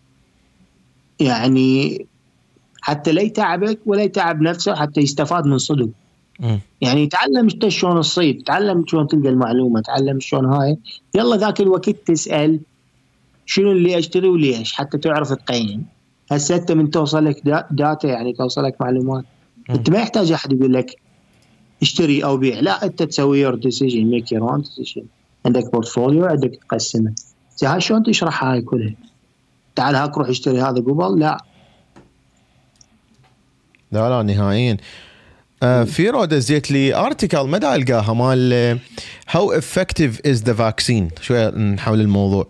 يعني حتى لا يتعبك ولا يتعب نفسه حتى يستفاد من صدق. م. يعني يتعلم انت شلون تصيد، تعلم شلون تلقى المعلومة، تعلم شلون هاي يلا ذاك الوقت تسأل شنو اللي أشتري وليش حتى تعرف تقيم. هسه أنت من توصل لك دا داتا يعني توصل لك معلومات م. أنت ما يحتاج أحد يقول لك اشتري أو بيع، لا أنت تسوي your decision make your own decision. عندك بورتفوليو عندك تقسمه. هاي شلون تشرح هاي كلها؟ تعال هاك روح اشتري هذا قبل لا لا لا نهائيا. آه في رود زيت لي ارتكل مدى القاها مال how effective is the vaccine. شوية نحول الموضوع.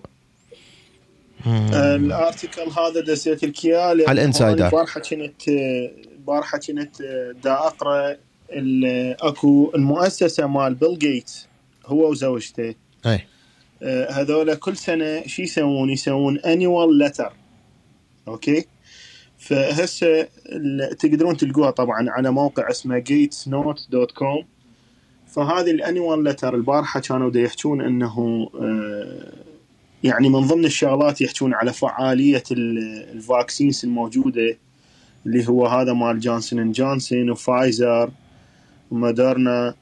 الارتكل هذا دزيت الكيال على الانسايدر. بارحة كنت بارحة كنت دا اقرا اكو المؤسسة مال بيل جيتس هو وزوجته اي هذول كل سنة شي يسوون يسوون annual letter. اوكي فهسه تقدرون تلقوها طبعا على موقع اسمه جيتس نوت دوت كوم. فهذه الانيوال لتر البارحة كانوا دا يحكون انه يعني من ضمن الشغلات يحكون على فعالية الفاكسينز الموجودة اللي هو هذا مال جونسون اند جونسون وفايزر وموديرنا.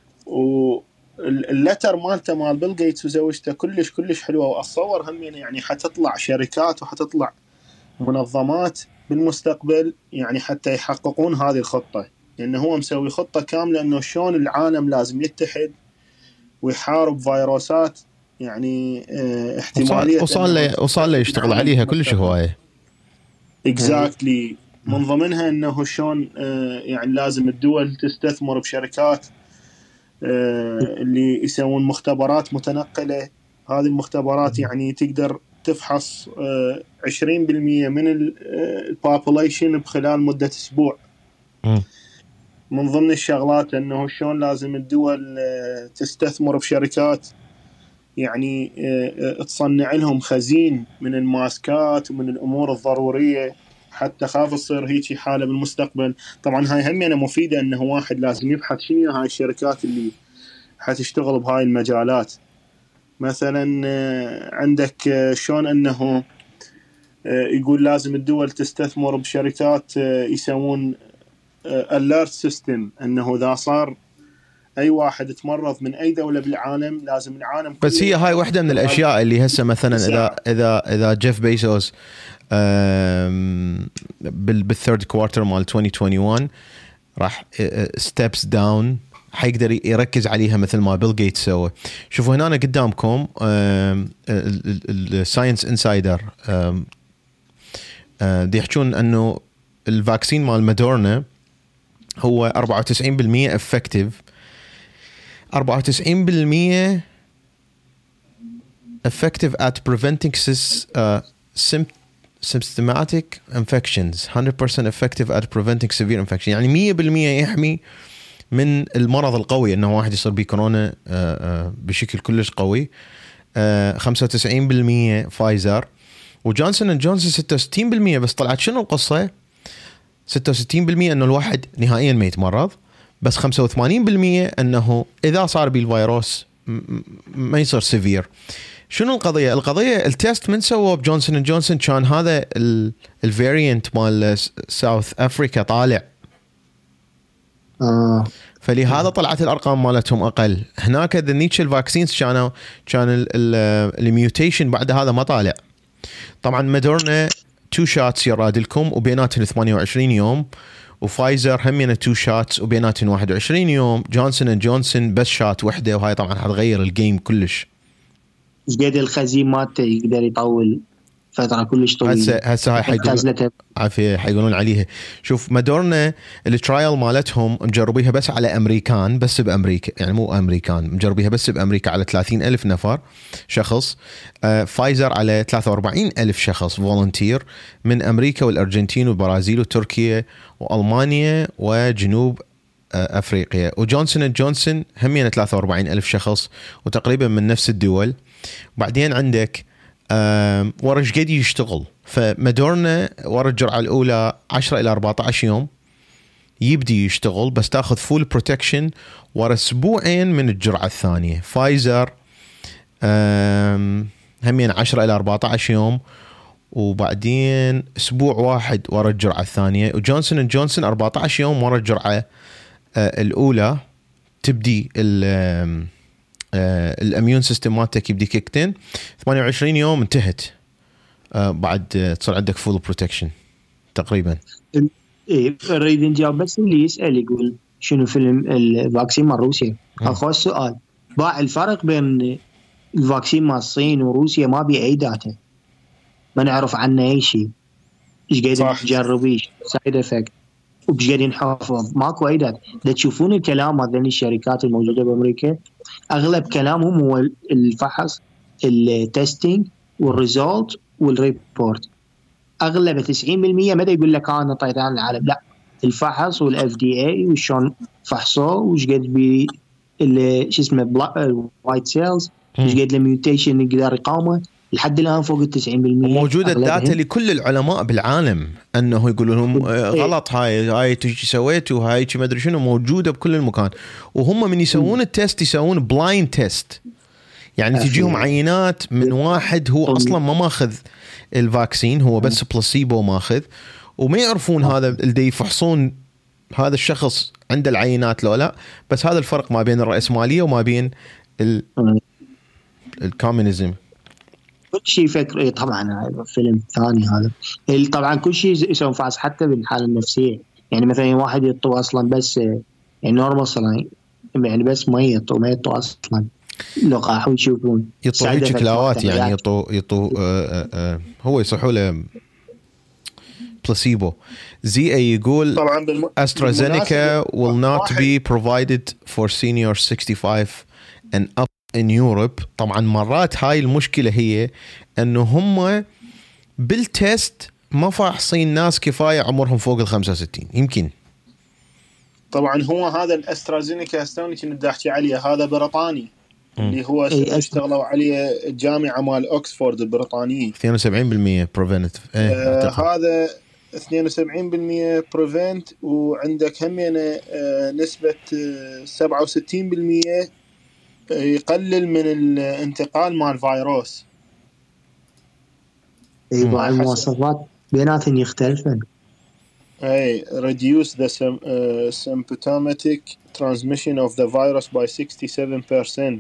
واللتر مالته مال بيل جيتس وزوجته كلش كلش حلوة وأتصور هم يعني حتطلع شركات وحتطلع منظمات بالمستقبل يعني حتى يحققون هذه الخطة، لأنه هو مسوي خطة كاملة أنه شلون العالم لازم يتحد ويحارب فيروسات يعني اه احتمالية وصال له وصال له يشتغل عليها كلش هواية. exactly. من ضمنها أنه شلون اه يعني لازم الدول تستثمر بشركات اه اللي يسوون مختبرات متنقلة. هذه المختبرات يعني تقدر تفحص عشرين بالمئة من البوبوليشن بخلال مدة أسبوع. م. من ضمن الشغلات أنه شلون لازم الدول تستثمر بشركات يعني تصنع لهم خزين من الماسكات ومن الأمور الضرورية حتى خاف تصير هيك حالة بالمستقبل. طبعا هاي همينة مفيدة أنه واحد لازم يبحث شنو هاي الشركات اللي حتشتغل بهاي المجالات. مثلا عندك شلون أنه يقول لازم الدول تستثمر بشركات يسوون alert system أنه إذا صار أي واحد تمرض من أي دولة بالعالم لازم العالم. بس هي هاي واحدة من الأشياء اللي هسه مثلا إذا إذا إذا جيف بيزوس بالثيرد كوارتر مال ألفين وواحد وعشرين راح steps down حيقدر يركز عليها مثل ما بيل جيتس سوى. شوفوا هنا قدامكم الساينس انسايدر دي يحكون انه الفاكسين مال موديرنا هو أربعة وتسعين بالمية effective، أربعة وتسعين بالمية effective at preventing sys, uh, symptomatic infections، one hundred percent effective at preventing severe infection. يعني مية بالمية يحمي من المرض القوي، انه واحد يصير بيه كورونا بشكل كلش قوي. خمسة وتسعين بالمية فايزر، وجونسون اند جونسون ستة وستين بالمية. بس طلعت شنو القصة؟ ستة وستين بالمية انه الواحد نهائيا ما يتمرض، بس خمسة وثمانين بالمية انه اذا صار بيه الفيروس ما يصير سيفير. شنو القضية؟ القضية التست من سووا بجونسون اند جونسون كان هذا الفاريانت مال ساوث افريكا طالع، آه. فلهذا طلعت الارقام مالتهم اقل. هناك ذنيتش الفاكسينز كانوا كان الميوتيشن بعد هذا ما طالع. طبعا موديرنا تو شاتس يراد لكم وبيناتهم ثمانية وعشرين يوم، وفايزر هم تو شاتس وبيناتهم واحد وعشرين يوم. جونسون اند جونسون بس شات وحده، وهاي طبعا حتغير الجيم كلش. قد الخزين مالته يقدر يطول فترة كلش طويلة. هسه هسه هاي حيقولون عافية حيقولون عليها. شوف موديرنا الترايل مالتهم مجربيها بس على أمريكان، بس بأمريكا، يعني مو أمريكان، مجربيها بس بأمريكا على ثلاثين ألف نفر شخص. آه فايزر على ثلاثة وأربعين ألف شخص فولنتير من أمريكا والأرجنتين والبرازيل وتركيا وألمانيا وجنوب آه أفريقيا. وجونسون اند جونسون همين ثلاثة وأربعين ألف شخص وتقريبا من نفس الدول. بعدين عندك ورا ايش قد يشتغل. فموديرنا ورا الجرعه الاولى عشرة الى أربعة عشر يوم يبدي يشتغل، بس تاخذ فول بروتكشن ورا اسبوعين من الجرعه الثانيه. فايزر همين عشرة الى أربعة عشر يوم وبعدين اسبوع واحد ورا الجرعه الثانيه. وجونسون اند جونسون أربعة عشر يوم ورا الجرعه الاولى تبدي ال الاميون سيستم مالتك يبدي كيكتين. ثمانية وعشرين يوم انتهت، آه بعد تصير عندك فول بروتكشن تقريبا. ايه نريد نجاوب، بس اللي يسال يقول شنو فيلم الفاكسين مال روسيا. اخو السؤال باع الفرق بين الفاكسين مال الصين وروسيا ما بي اي داتا، ما نعرف عنه اي شيء. ايش قاعد تجربيش سايد افكت وبش قاعدين نحافظ، ماكو اي داتا. دا تشوفون الكلام هذين الشركات الموجوده بامريكا اغلب كلامهم هو الفحص، التستينج والريزولت والريبورت. اغلب تسعين بالمية متى يقول لك انا طيت عن العالم، لا الفحص والاف دي اي وشون فحصوه وش قد بي شو اسمه وايت سيلز، وش قد الميوتيشن يقدر يقاومه. لحد الان فوق ال تسعين بالمية موجوده الداتا لكل العلماء بالعالم انه يقولون لهم غلط، هاي هاي تجي سويتوا هاي ما ادري شنو، موجوده بكل المكان. وهم من يسوون التست يسوون بلايند تيست، يعني تجيهم عينات من واحد هو اصلا ما ماخذ الفاكسين، هو بس بلاسيبو ماخذ، وما يعرفون هذا اللي يفحصون هذا الشخص عنده العينات لو لا. بس هذا الفرق ما بين الرأسمالية وما بين الكوميونيزم. كل شيء فكر إيه طبعا هذا فيلم ثاني هذا. طبعا كل شيء يسوون فحص حتى بالحالة النفسية. يعني مثلا واحد يطو اصلا بس يعني نورمال صلاين، يعني بس ما يطو ما يطو اصلا لقاح ويشوفون يطو هيك كلاوات، يعني يطو يطو آه آه هو يصحوا له بلاسيبو. زي اي يقول AstraZeneca will not be provided for senior sixty-five and up in Europe. طبعا مرات هاي المشكلة هي انه هم بالتست ما فاحصين ناس كفاية عمرهم فوق ال خمسة وستين يمكن. طبعا هو هذا الأسترازينيكا استوني كنت احكي عليه، هذا بريطاني اللي هو اشتغلوا عليه الجامعة مال أكسفورد البريطانية. اثنين وسبعين بالمية prevent. آه هذا اثنين وسبعين بالمية prevent، وعندك همينة آه نسبة آه سبعة وستين بالمية يقلل من الانتقال مع الفيروس. اي مع المواصفات بيناتهم يختلفن. اي reduce the uh, symptomatic transmission of the virus by sixty-seven percent.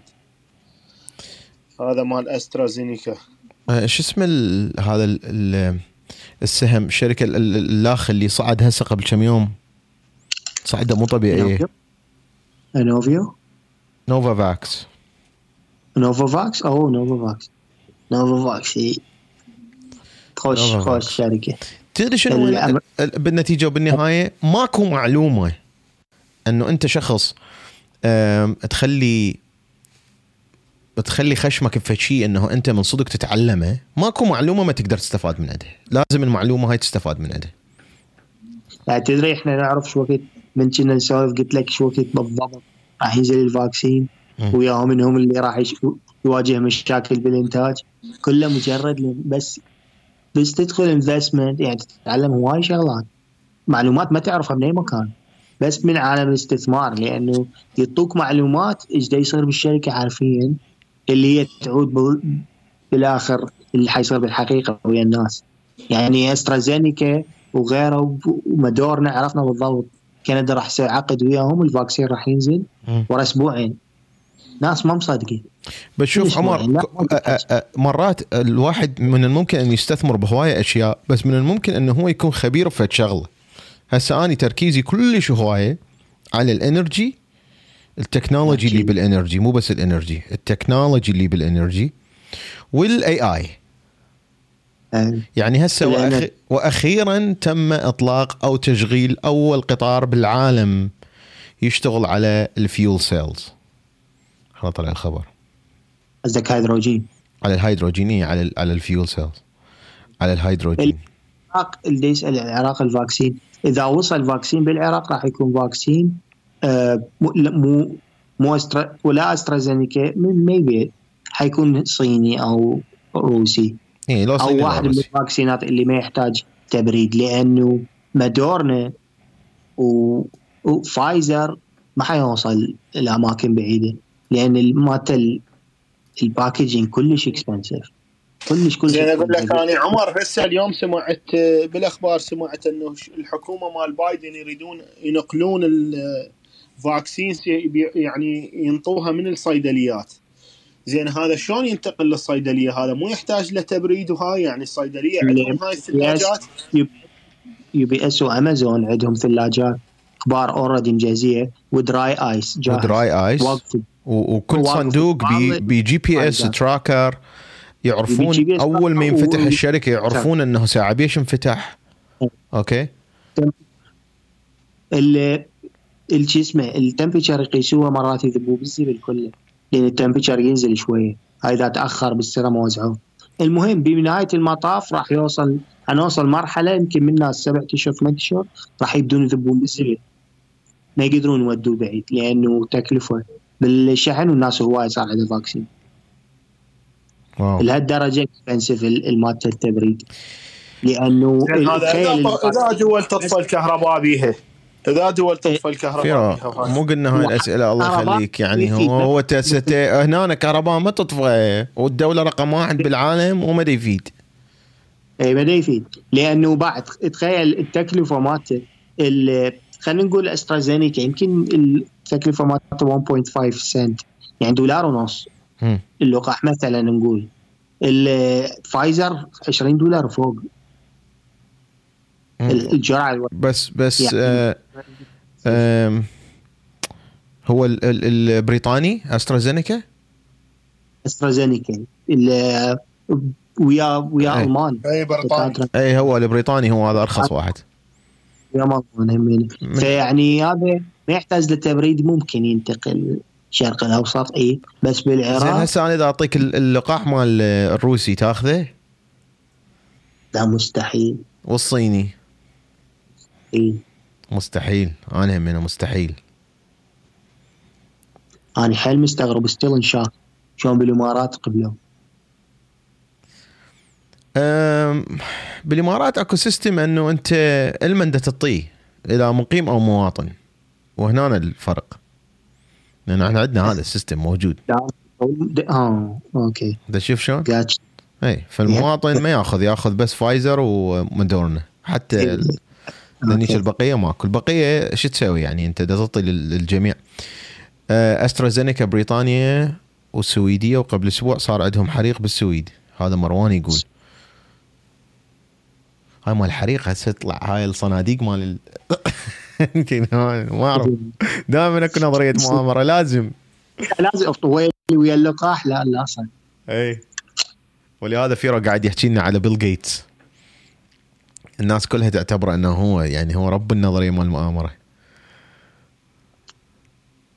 هذا مال أسترازينيكا. ايش اسم هذا ال السهم الشركة الاخ اللي صعد هسه قبل كم يوم، صعده مو طبيعي. نوفيو نوفا فاكس نوفا فاكس او نوفا فاكس نوفا فاكس هي خوش خوش شركة. تدري شنو الأمر... بالنتيجة وبالنهاية ماكو معلومة انه انت شخص تخلي بتخلي خشمك بفد شيء انه انت من صدق تتعلمه، ماكو معلومه ما تقدر تستفاد من عندها، لازم المعلومه هاي تستفاد من عندها. يعني تدري احنا نعرف شو وقت من كنا نسولف قلت لك شو وقت بالضبط راح ينزل الفاكسين وياهم منهم اللي راح يواجه مشاكل بالانتاج، كله مجرد بس بس تدخل انفستمنت، يعني تتعلم هواي شغلات معلومات ما تعرفها من اي مكان، بس من عالم الاستثمار، لانه يعطوك معلومات ايش دا يصير بالشركه عارفين اللي هي تعود بالاخر اللي حيصير بالحقيقه ويا الناس. يعني استرازينيكا وغيره ومدورنا عرفنا بالضبط كندا راح يصير عقد وياهم الفاكسين راح ينزل ورا اسبوعين، ناس ما مصدقين. بس شوف عمر، مرات الواحد من الممكن ان يستثمر بهوايه اشياء، بس من الممكن انه هو يكون خبير في شغله. هسه اني تركيزي كلش هوايه على الانرجي، التكنولوجي اللي بالانرجي، مو بس الانرجي، التكنولوجي اللي بالانرجي والاي اي. يعني هسه وأخ... واخيرا تم اطلاق او تشغيل اول قطار بالعالم يشتغل على الفيول سيلز. خلاص طلع الخبر. قصدك هيدروجين؟ على الهيدروجينية، على على الفيول سيلز، على الهيدروجين. العراق اللي يسأل العراق الفاكسين، إذا وصل فاكسين بالعراق راح يكون فاكسين آه مو مو أسترا ولا أسترازينيكا، ميبي حيكون صيني أو روسي، إيه لو أو واحد من الفاكسينات اللي ما يحتاج تبريد، لأنه مادورنا وفايزر ما حيوصل الأماكن بعيدة، لأن الماتل الباكيجين كلش اكسبنسيف، كلش كلش. يعني اقول لك انا عمر هسه اليوم سمعت بالاخبار سمعت انه الحكومه مال بايدن يريدون ينقلون الفاكسين يعني ينطوها من الصيدليات. زين هذا شلون ينتقل للصيدليه؟ هذا مو يحتاج لتبريد وهاي، يعني الصيدليه عندهم هاي الثلاجات. يو بي اس وامازون عندهم ثلاجات كبار اوريدي مجهزيه ودراي ايس جاهز، ودراي ايس وكل صندوق بجي بي اس تراكر، يعرفون اول ما ينفتح الشركه يعرفون انه ساعه بيش انفتح. اوكي ال الشيء اسمه التمبيتشر يقيسوها مرات يذبوا بالزبل كله، لان التمبيتشر ينزل شويه، هاي اذا تاخر بالسيره موزعه. المهم بنهايه المطاف راح يوصل هنوصل مرحله يمكن منها سبعة اشهر ثمانية اشهر راح يبدون يذبون بالزبل، ما يقدرون يودوه بعيد لانه تكلفه بالشحن والناس هواي صار عنده فاكسين. واو لهالدرجه اكسبنسيف المادة التبريد، لانه اذا دول تطفى الكهرباء بيها، اذا دول تطفى الكهرباء بيها مو قلنا هاي الاسئله الله يخليك، يعني هو هو تسته هنا كهرباء ما تطفى والدوله رقم واحد بالعالم وما يفيد. اي ما يفيد، لانه بعد تخيل التكلفه مالته، خلينا نقول استرازينيكا يمكن التكلفه مالته واحد فاصلة خمسة سنت، يعني دولار ونص اللقاح مثلا، نقول الفايزر عشرين دولار فوق الجرعه. بس بس يعني آه آه هو ال ال البريطاني استرازينيكا استرازينيكا ويا ويا المان، اي بريطاني، اي هو البريطاني هو هذا ارخص واحد يا مان. فيعني هذا ما يحتاج للتبريد، ممكن ينتقل الشرق الاوسط. اي بس بالعراق زين هسه انا اذا اعطيك اللقاح مال الروسي تاخذه؟ لا مستحيل. والصيني؟ اي مستحيل. انا هم مستحيل. انا حيل مستغرب ستيل ان شاء شلون بالامارات قبلوا. بالامارات اكو سيستم انه انت المن تطيه اذا مقيم او مواطن، وهنا الفرق، لأن احنا عندنا هذا السيستم موجود. اه اوكي ده شوف شلون. اي فالمواطن ما ياخذ ياخذ بس فايزر وموديرنا، حتى لنيش البقيه ماكو. البقيه شو تسوي يعني؟ انت دا تعطي للجميع. استرازينيكا بريطانيا والسويديه، وقبل اسبوع صار عندهم حريق بالسويد، هذا مروان يقول. هاي مال الحريق هسه تطلع هاي الصناديق مال يمكن ما اعرف، دائما اكو نظريه مؤامره. لازم لازم طويل ويا اللقاح. لا لا صح. اي ولهذا فيرو قاعد يحكي لنا على بيل جيتس، الناس كلها تعتبره انه هو يعني هو رب النظريه مال المؤامره.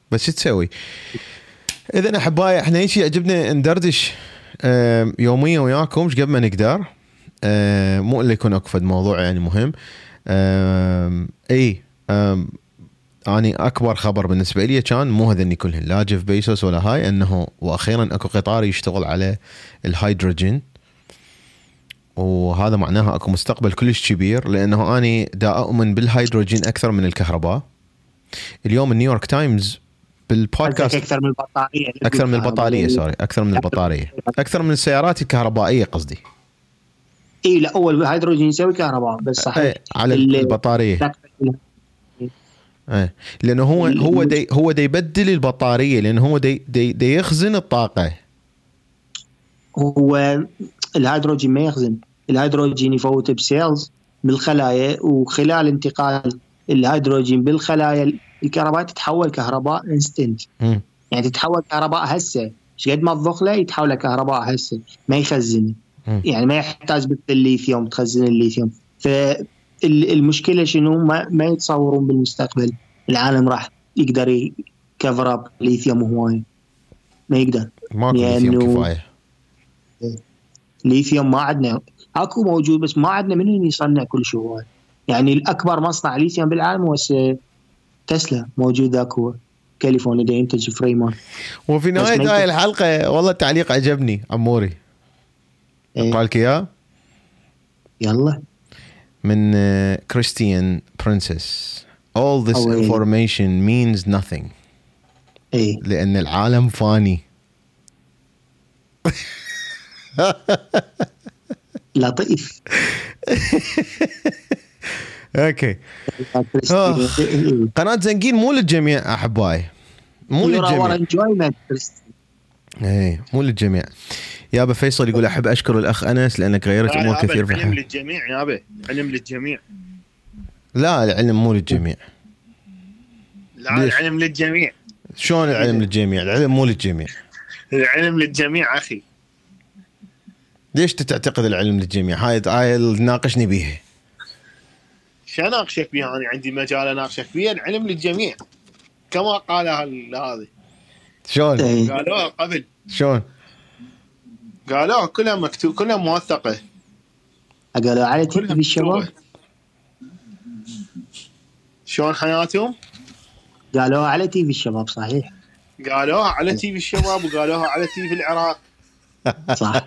بس شو تسوي؟ اذا احبائي احنا هيك يعجبنا ندردش يوميا وياكم ايش قد ما نقدر، مو اللي يكون اكو فد موضوع يعني مهم. اي اني اكبر خبر بالنسبه لي كان مو هذني كلهن، لا جيف بيسوس ولا هاي، انه واخيرا اكو قطار يشتغل على الهيدروجين، وهذا معناها اكو مستقبل كلش كبير، لانه اني دا اؤمن بالهيدروجين اكثر من الكهرباء. اليوم النيويورك تايمز بالبودكاست اكثر من البطاريه اكثر من البطاريه سوري اكثر من البطاريه اكثر من السيارات الكهربائيه قصدي. اي لا اول الهيدروجين يسوي كهرباء بس صحيح ايه على البطاريه ايه، لانه هو هو دي هو دي يبدل البطاريه، لانه هو دي دي, دي يخزن الطاقه. هو الهيدروجين ما يخزن، الهيدروجين يفوت بسيلز بالخلايا، وخلال انتقال الهيدروجين بالخلايا الكهرباء تتحول كهرباء انستنت، يعني تتحول كهرباء هسه، ايش قد ما تضخ له يتحول كهرباء هسه، ما يخزن، يعني ما يحتاج بالليثيوم تخزن الليثيوم. فالمشكله شنو؟ ما, ما يتصورون بالمستقبل العالم راح يقدر يكفر اب ليثيوم هواي، ما يقدر، ماكو ليثيوم كفايه. ليثيوم ما عندنا، اكو موجود بس ما عندنا من يصنع كل شيء هواي. يعني الاكبر مصنع ليثيوم بالعالم هو تسلا، موجود ذاك هو كاليفورنيا دا ينتج فريمان. وفي نهايه هاي الحلقه والله التعليق عجبني عموري، ايه؟ قالك اياه يلا من كريستيان برنسس. all this أوي. information means nothing. ايه لان العالم فاني. لطيف. اوكي. قناة زنقين مو للجميع احبائي، مو للجميع. ايه مو للجميع. يابا فيصل يقول احب اشكر الاخ انس لانك غيرت امور كثير في العلم للجميع يابا، علم للجميع. لا العلم مو للجميع. لا العلم للجميع. شلون العلم للجميع؟ العلم مو للجميع. العلم للجميع اخي. ليش تعتقد العلم للجميع؟ هاي هاي ناقشني بيها. شو اناقشك بيها؟ انا عندي مجال اناقشك فيها. العلم للجميع كما قال هذا. شلون قالوها قبل؟ شلون قالوها؟ كلها مكتوب، كلها موثقه. قالوا على تي في الشباب. شلون حياتهم؟ قالوها على تي في الشباب صحيح. قالوها على تي في الشباب وقالوها على تي في العراق. صح.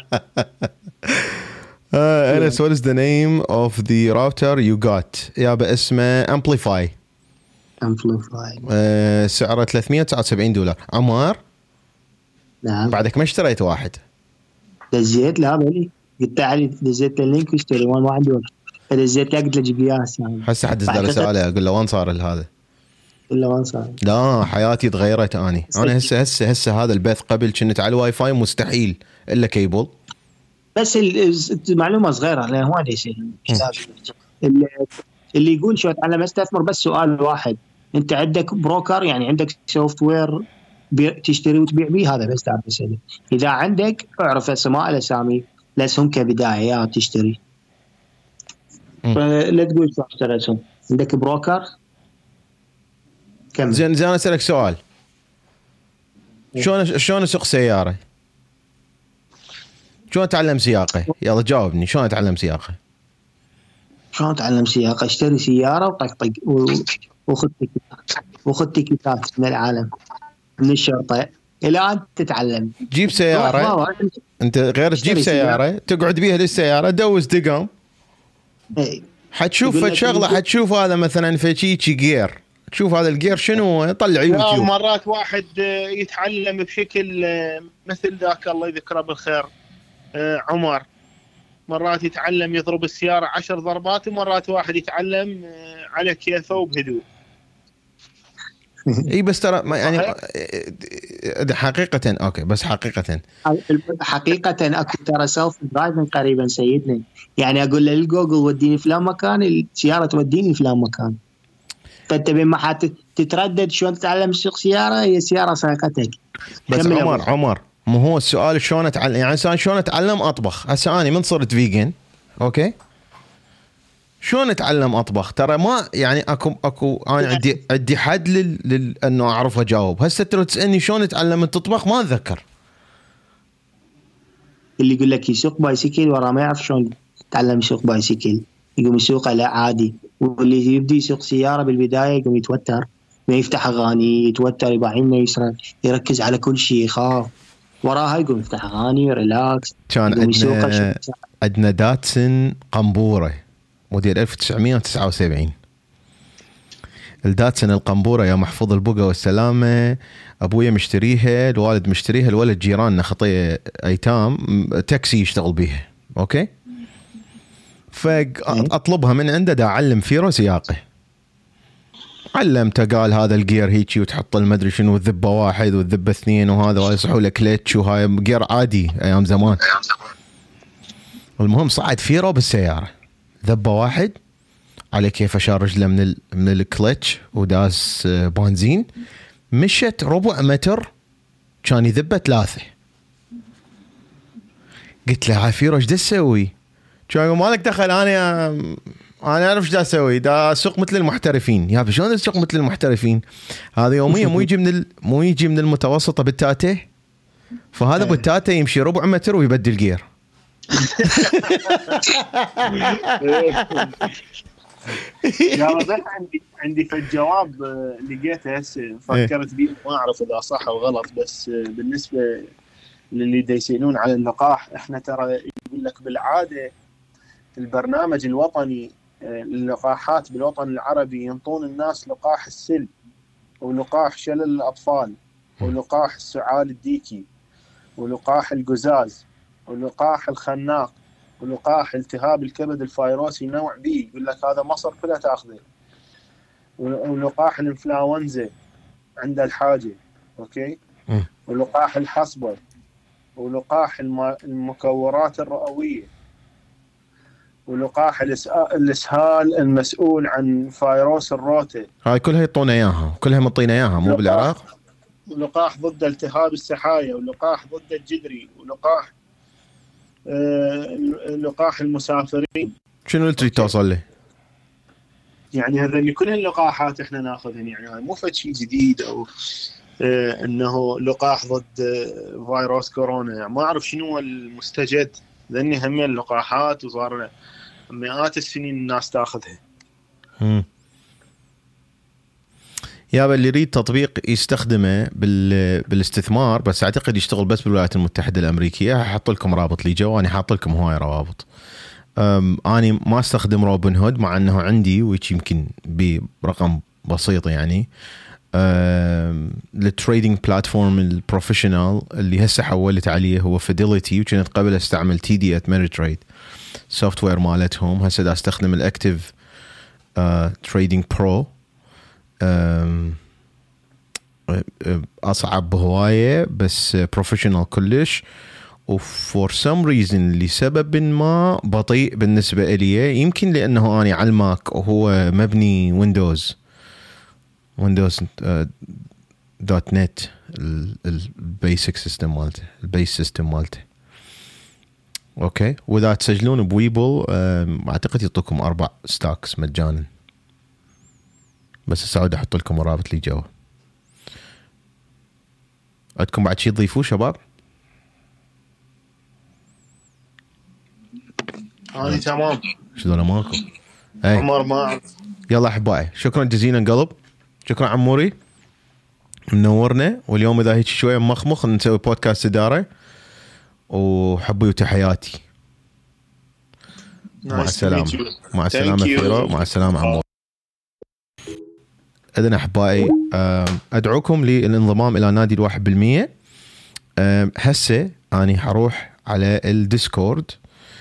Uh, Anas, what is the name of the router you got؟ يابا اسمه Amplify. Amplify. uh, سعره ثلاثمية وتسعة وسبعين دولار. عمار نعم. بعدك ما اشتريت واحد؟ دزيت لا بالي، قلت علي دزيت اللينك واشتري، وانا ما عندي وقت فدزيت له قلت له جيب لي يعني. هسه حد ازدر رساله اقول له وين صار هذا؟ الا وين صار؟ لا حياتي تغيرت اني انا هسه هسه هسه هذا البث قبل كنت على الواي فاي مستحيل الا كيبل. بس المعلومه صغيره لان هو هذا يصير اللي يقول شو اتعلم استثمر. بس سؤال واحد، انت عندك بروكر يعني عندك سوفت وير تشتري وتبيع به؟ هذا بس تعرف اسئله. اذا عندك اعرف اسماء الاسامي الاسهم كبدايه تشتري، فلا تقول شو اشتري اسهم. عندك بروكر كم؟ زين زين اسالك سؤال، شلون شلون اسوق سياره؟ شلون اتعلم سياقه؟ يلا جاوبني، شلون اتعلم سياقه؟ شلون اتعلم سياقه؟ اشتري سياره وطقطق وخذ تيكيتات وخذ تيكيتات من العالم من الشرطه الى ان تتعلم. جيب سياره انت غير تجيب سياره تقعد بيها للسياره دوز دقم اي حتشوف شغله، حتشوف هذا مثلا في شي جير، تشوف هذا الجير شنو، طلع يوتيوب. مرات واحد يتعلم بشكل مثل ذاك الله يذكره بالخير عمر، مرات يتعلم يضرب السيارة عشر ضربات، ومرات واحد يتعلم على كيفه وبهدوء. اي بس ترى يعني حقيقة اوكي بس حقيقة حقيقة اكو ترى سيلف درايفنج قريبا سيدنا، يعني اقول له الجوجل وديني فلان مكان، السيارة توديني فلان مكان. فانت بما حت تتردد شلون تتعلم تسوق سيارة، هي سيارة ساقتك. بس عمر عمر مو هو السؤال شلون اتعلم، يعني شلون اتعلم اطبخ. هسه انا من صرت فيجن اوكي شلون اتعلم اطبخ؟ ترى ما يعني اكو اكو انا عندي عندي حد لل, لل... انه اعرف اجاوب. هسه لو تسالني شلون اتعلم تطبخ ما اتذكر. اللي يقول لك يسوق بايسيكل ورا ما يعرف شلون يتعلم يسوق بايسيكل، يقوم يسوقه لا عادي. واللي يبدي يسوق سياره بالبدايه يقوم يتوتر، ما يفتح اغاني، يتوتر، يبقى عينه يسرق، يركز على كل شيء، يخاف. وراها يقوم يفتح اغاني ريلاكس. كان عندنا عندنا داتسن قنبوره موديل ألف وتسعمية وتسعة وسبعين. الداتسن القنبوره يا محفوظ البقى والسلامه، ابويا مشتريها، الوالد مشتريها، الولد جيراننا خطيه ايتام تاكسي يشتغل بيها. اوكي، فاطلبها من عنده دا اعلم فيرو سياقه. علمته، قال هذا الجير هيجي وتحط المدري شنو، الذبه واحد والذبه اثنين، وهذا يصحوا لك كلتش، وهاي جير عادي ايام زمان. المهم صعد فيرو بالسياره، ذبه واحد على كيف اشار رجله من ال من الكلتش وداس بنزين، مشت ربع متر كان يذبه ثلاثه. قلت له عافيرو ايش دا تسوي؟ كان مالك دخل، انا انا اعرف ايش دا اسوي، دا اسوق مثل المحترفين. يا شلون اسوق مثل المحترفين؟ هذا يوميا مو يجي من ال... مو يجي من المتوسطه بالتاته، فهذا بالتاته يمشي ربع متر ويبدل جير. يا رجل عندي عندي في الجواب لقيته هسه فكرت بيه، ما اعرف اذا صح او غلط، بس بالنسبه للي يسالون على اللقاح، احنا ترى يقول لك بالعاده البرنامج الوطني للقاحات بالوطن العربي ينطون الناس لقاح السل، ولقاح شلل الاطفال، ولقاح السعال الديكي، ولقاح القزاز، ولقاح الخناق، ولقاح التهاب الكبد الفيروسي نوع بي، يقول لك هذا مصر كلها تاخذه، ولقاح الانفلونزا عند الحاجه. اوكي، ولقاح الحصبه، ولقاح المكورات الرئويه، ولقاح الاسهال المسؤول عن فيروس الروتا. هاي كلها يعطونا اياها، كلها مطينا اياها مو بالعراق. ولقاح ضد التهاب السحايا، ولقاح ضد الجدري، ولقاح آه لقاح المسافرين. شنو اللي تريد توصل له؟ يعني هذول كل اللقاحات احنا ناخذهم، يعني مو فد شيء جديد او آه انه لقاح ضد آه فيروس كورونا. يعني ما اعرف شنو هو المستجد، لاني هم اللقاحات وصار مئات السنين الناس تاخذها. امم يابا اللي يريد تطبيق يستخدمه بال... بالاستثمار، بس اعتقد يشتغل بس بالولايات المتحده الامريكيه. هحط لكم رابط لي جو، انا حاط لكم هواي روابط. انا ما استخدم روبن هود مع انه عندي، ويش يمكن برقم بسيط يعني. التريدينج بلاتفورم البروفيشنال اللي هسه حولت عليه هو فيديليتي، وكنت قبل استعمل تي دي ات ميريتريد سوفت وير مالتهم. هسه دا استخدم الاكتيف تريدينج برو، أصعب بهواية بس بروفيشنال كلش. وفور سم ريزن لسبب ما بطيء بالنسبة إلي، يمكن لأنه أنا على الماك وهو مبني ويندوز ويندوز دوت نت البيسك سيستم مالته البيس سيستم مالته. أوكي، وإذا تسجلون بويبل أعتقد يعطوكم أربع ستاكس مجانا، بس السعودة أحط لكم الرابط لي جوا. عندكم بعد شيء تضيفوه شباب؟ أنا تمام. شو ذولا ماكو؟ عمر ما أعرف. يلا أحبائي، شكرا جزيلا قلب، شكرا عموري منورنا. واليوم إذا هيك شوية مخمخ نسوي بودكاست إدارة، وحبي وتحياتي. مع السلامة. مع السلامة فيرو، مع السلامة عمور. إذن أحبائي أدعوكم للانضمام إلى نادي الواحد بالمية. هسه أنا حروح على الديسكورد،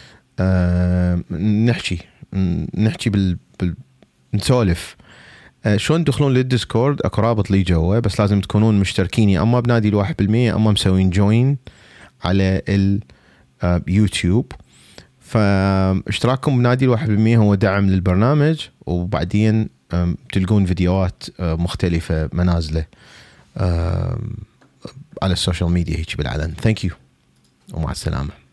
نحكي نحكي بال, بال... نسولف شلون تدخلون للديسكورد. اكو رابط لي جوا، بس لازم تكونون مشتركين يا اما بنادي الواحد بالمية اما مسوين جوين على اليوتيوب. فاشتراككم بنادي الواحد بالمية هو دعم للبرنامج، وبعدين تلقون فيديوهات مختلفة منازلة على السوشيال ميديا هيك بالعلن. ثانك يو ومع السلامة.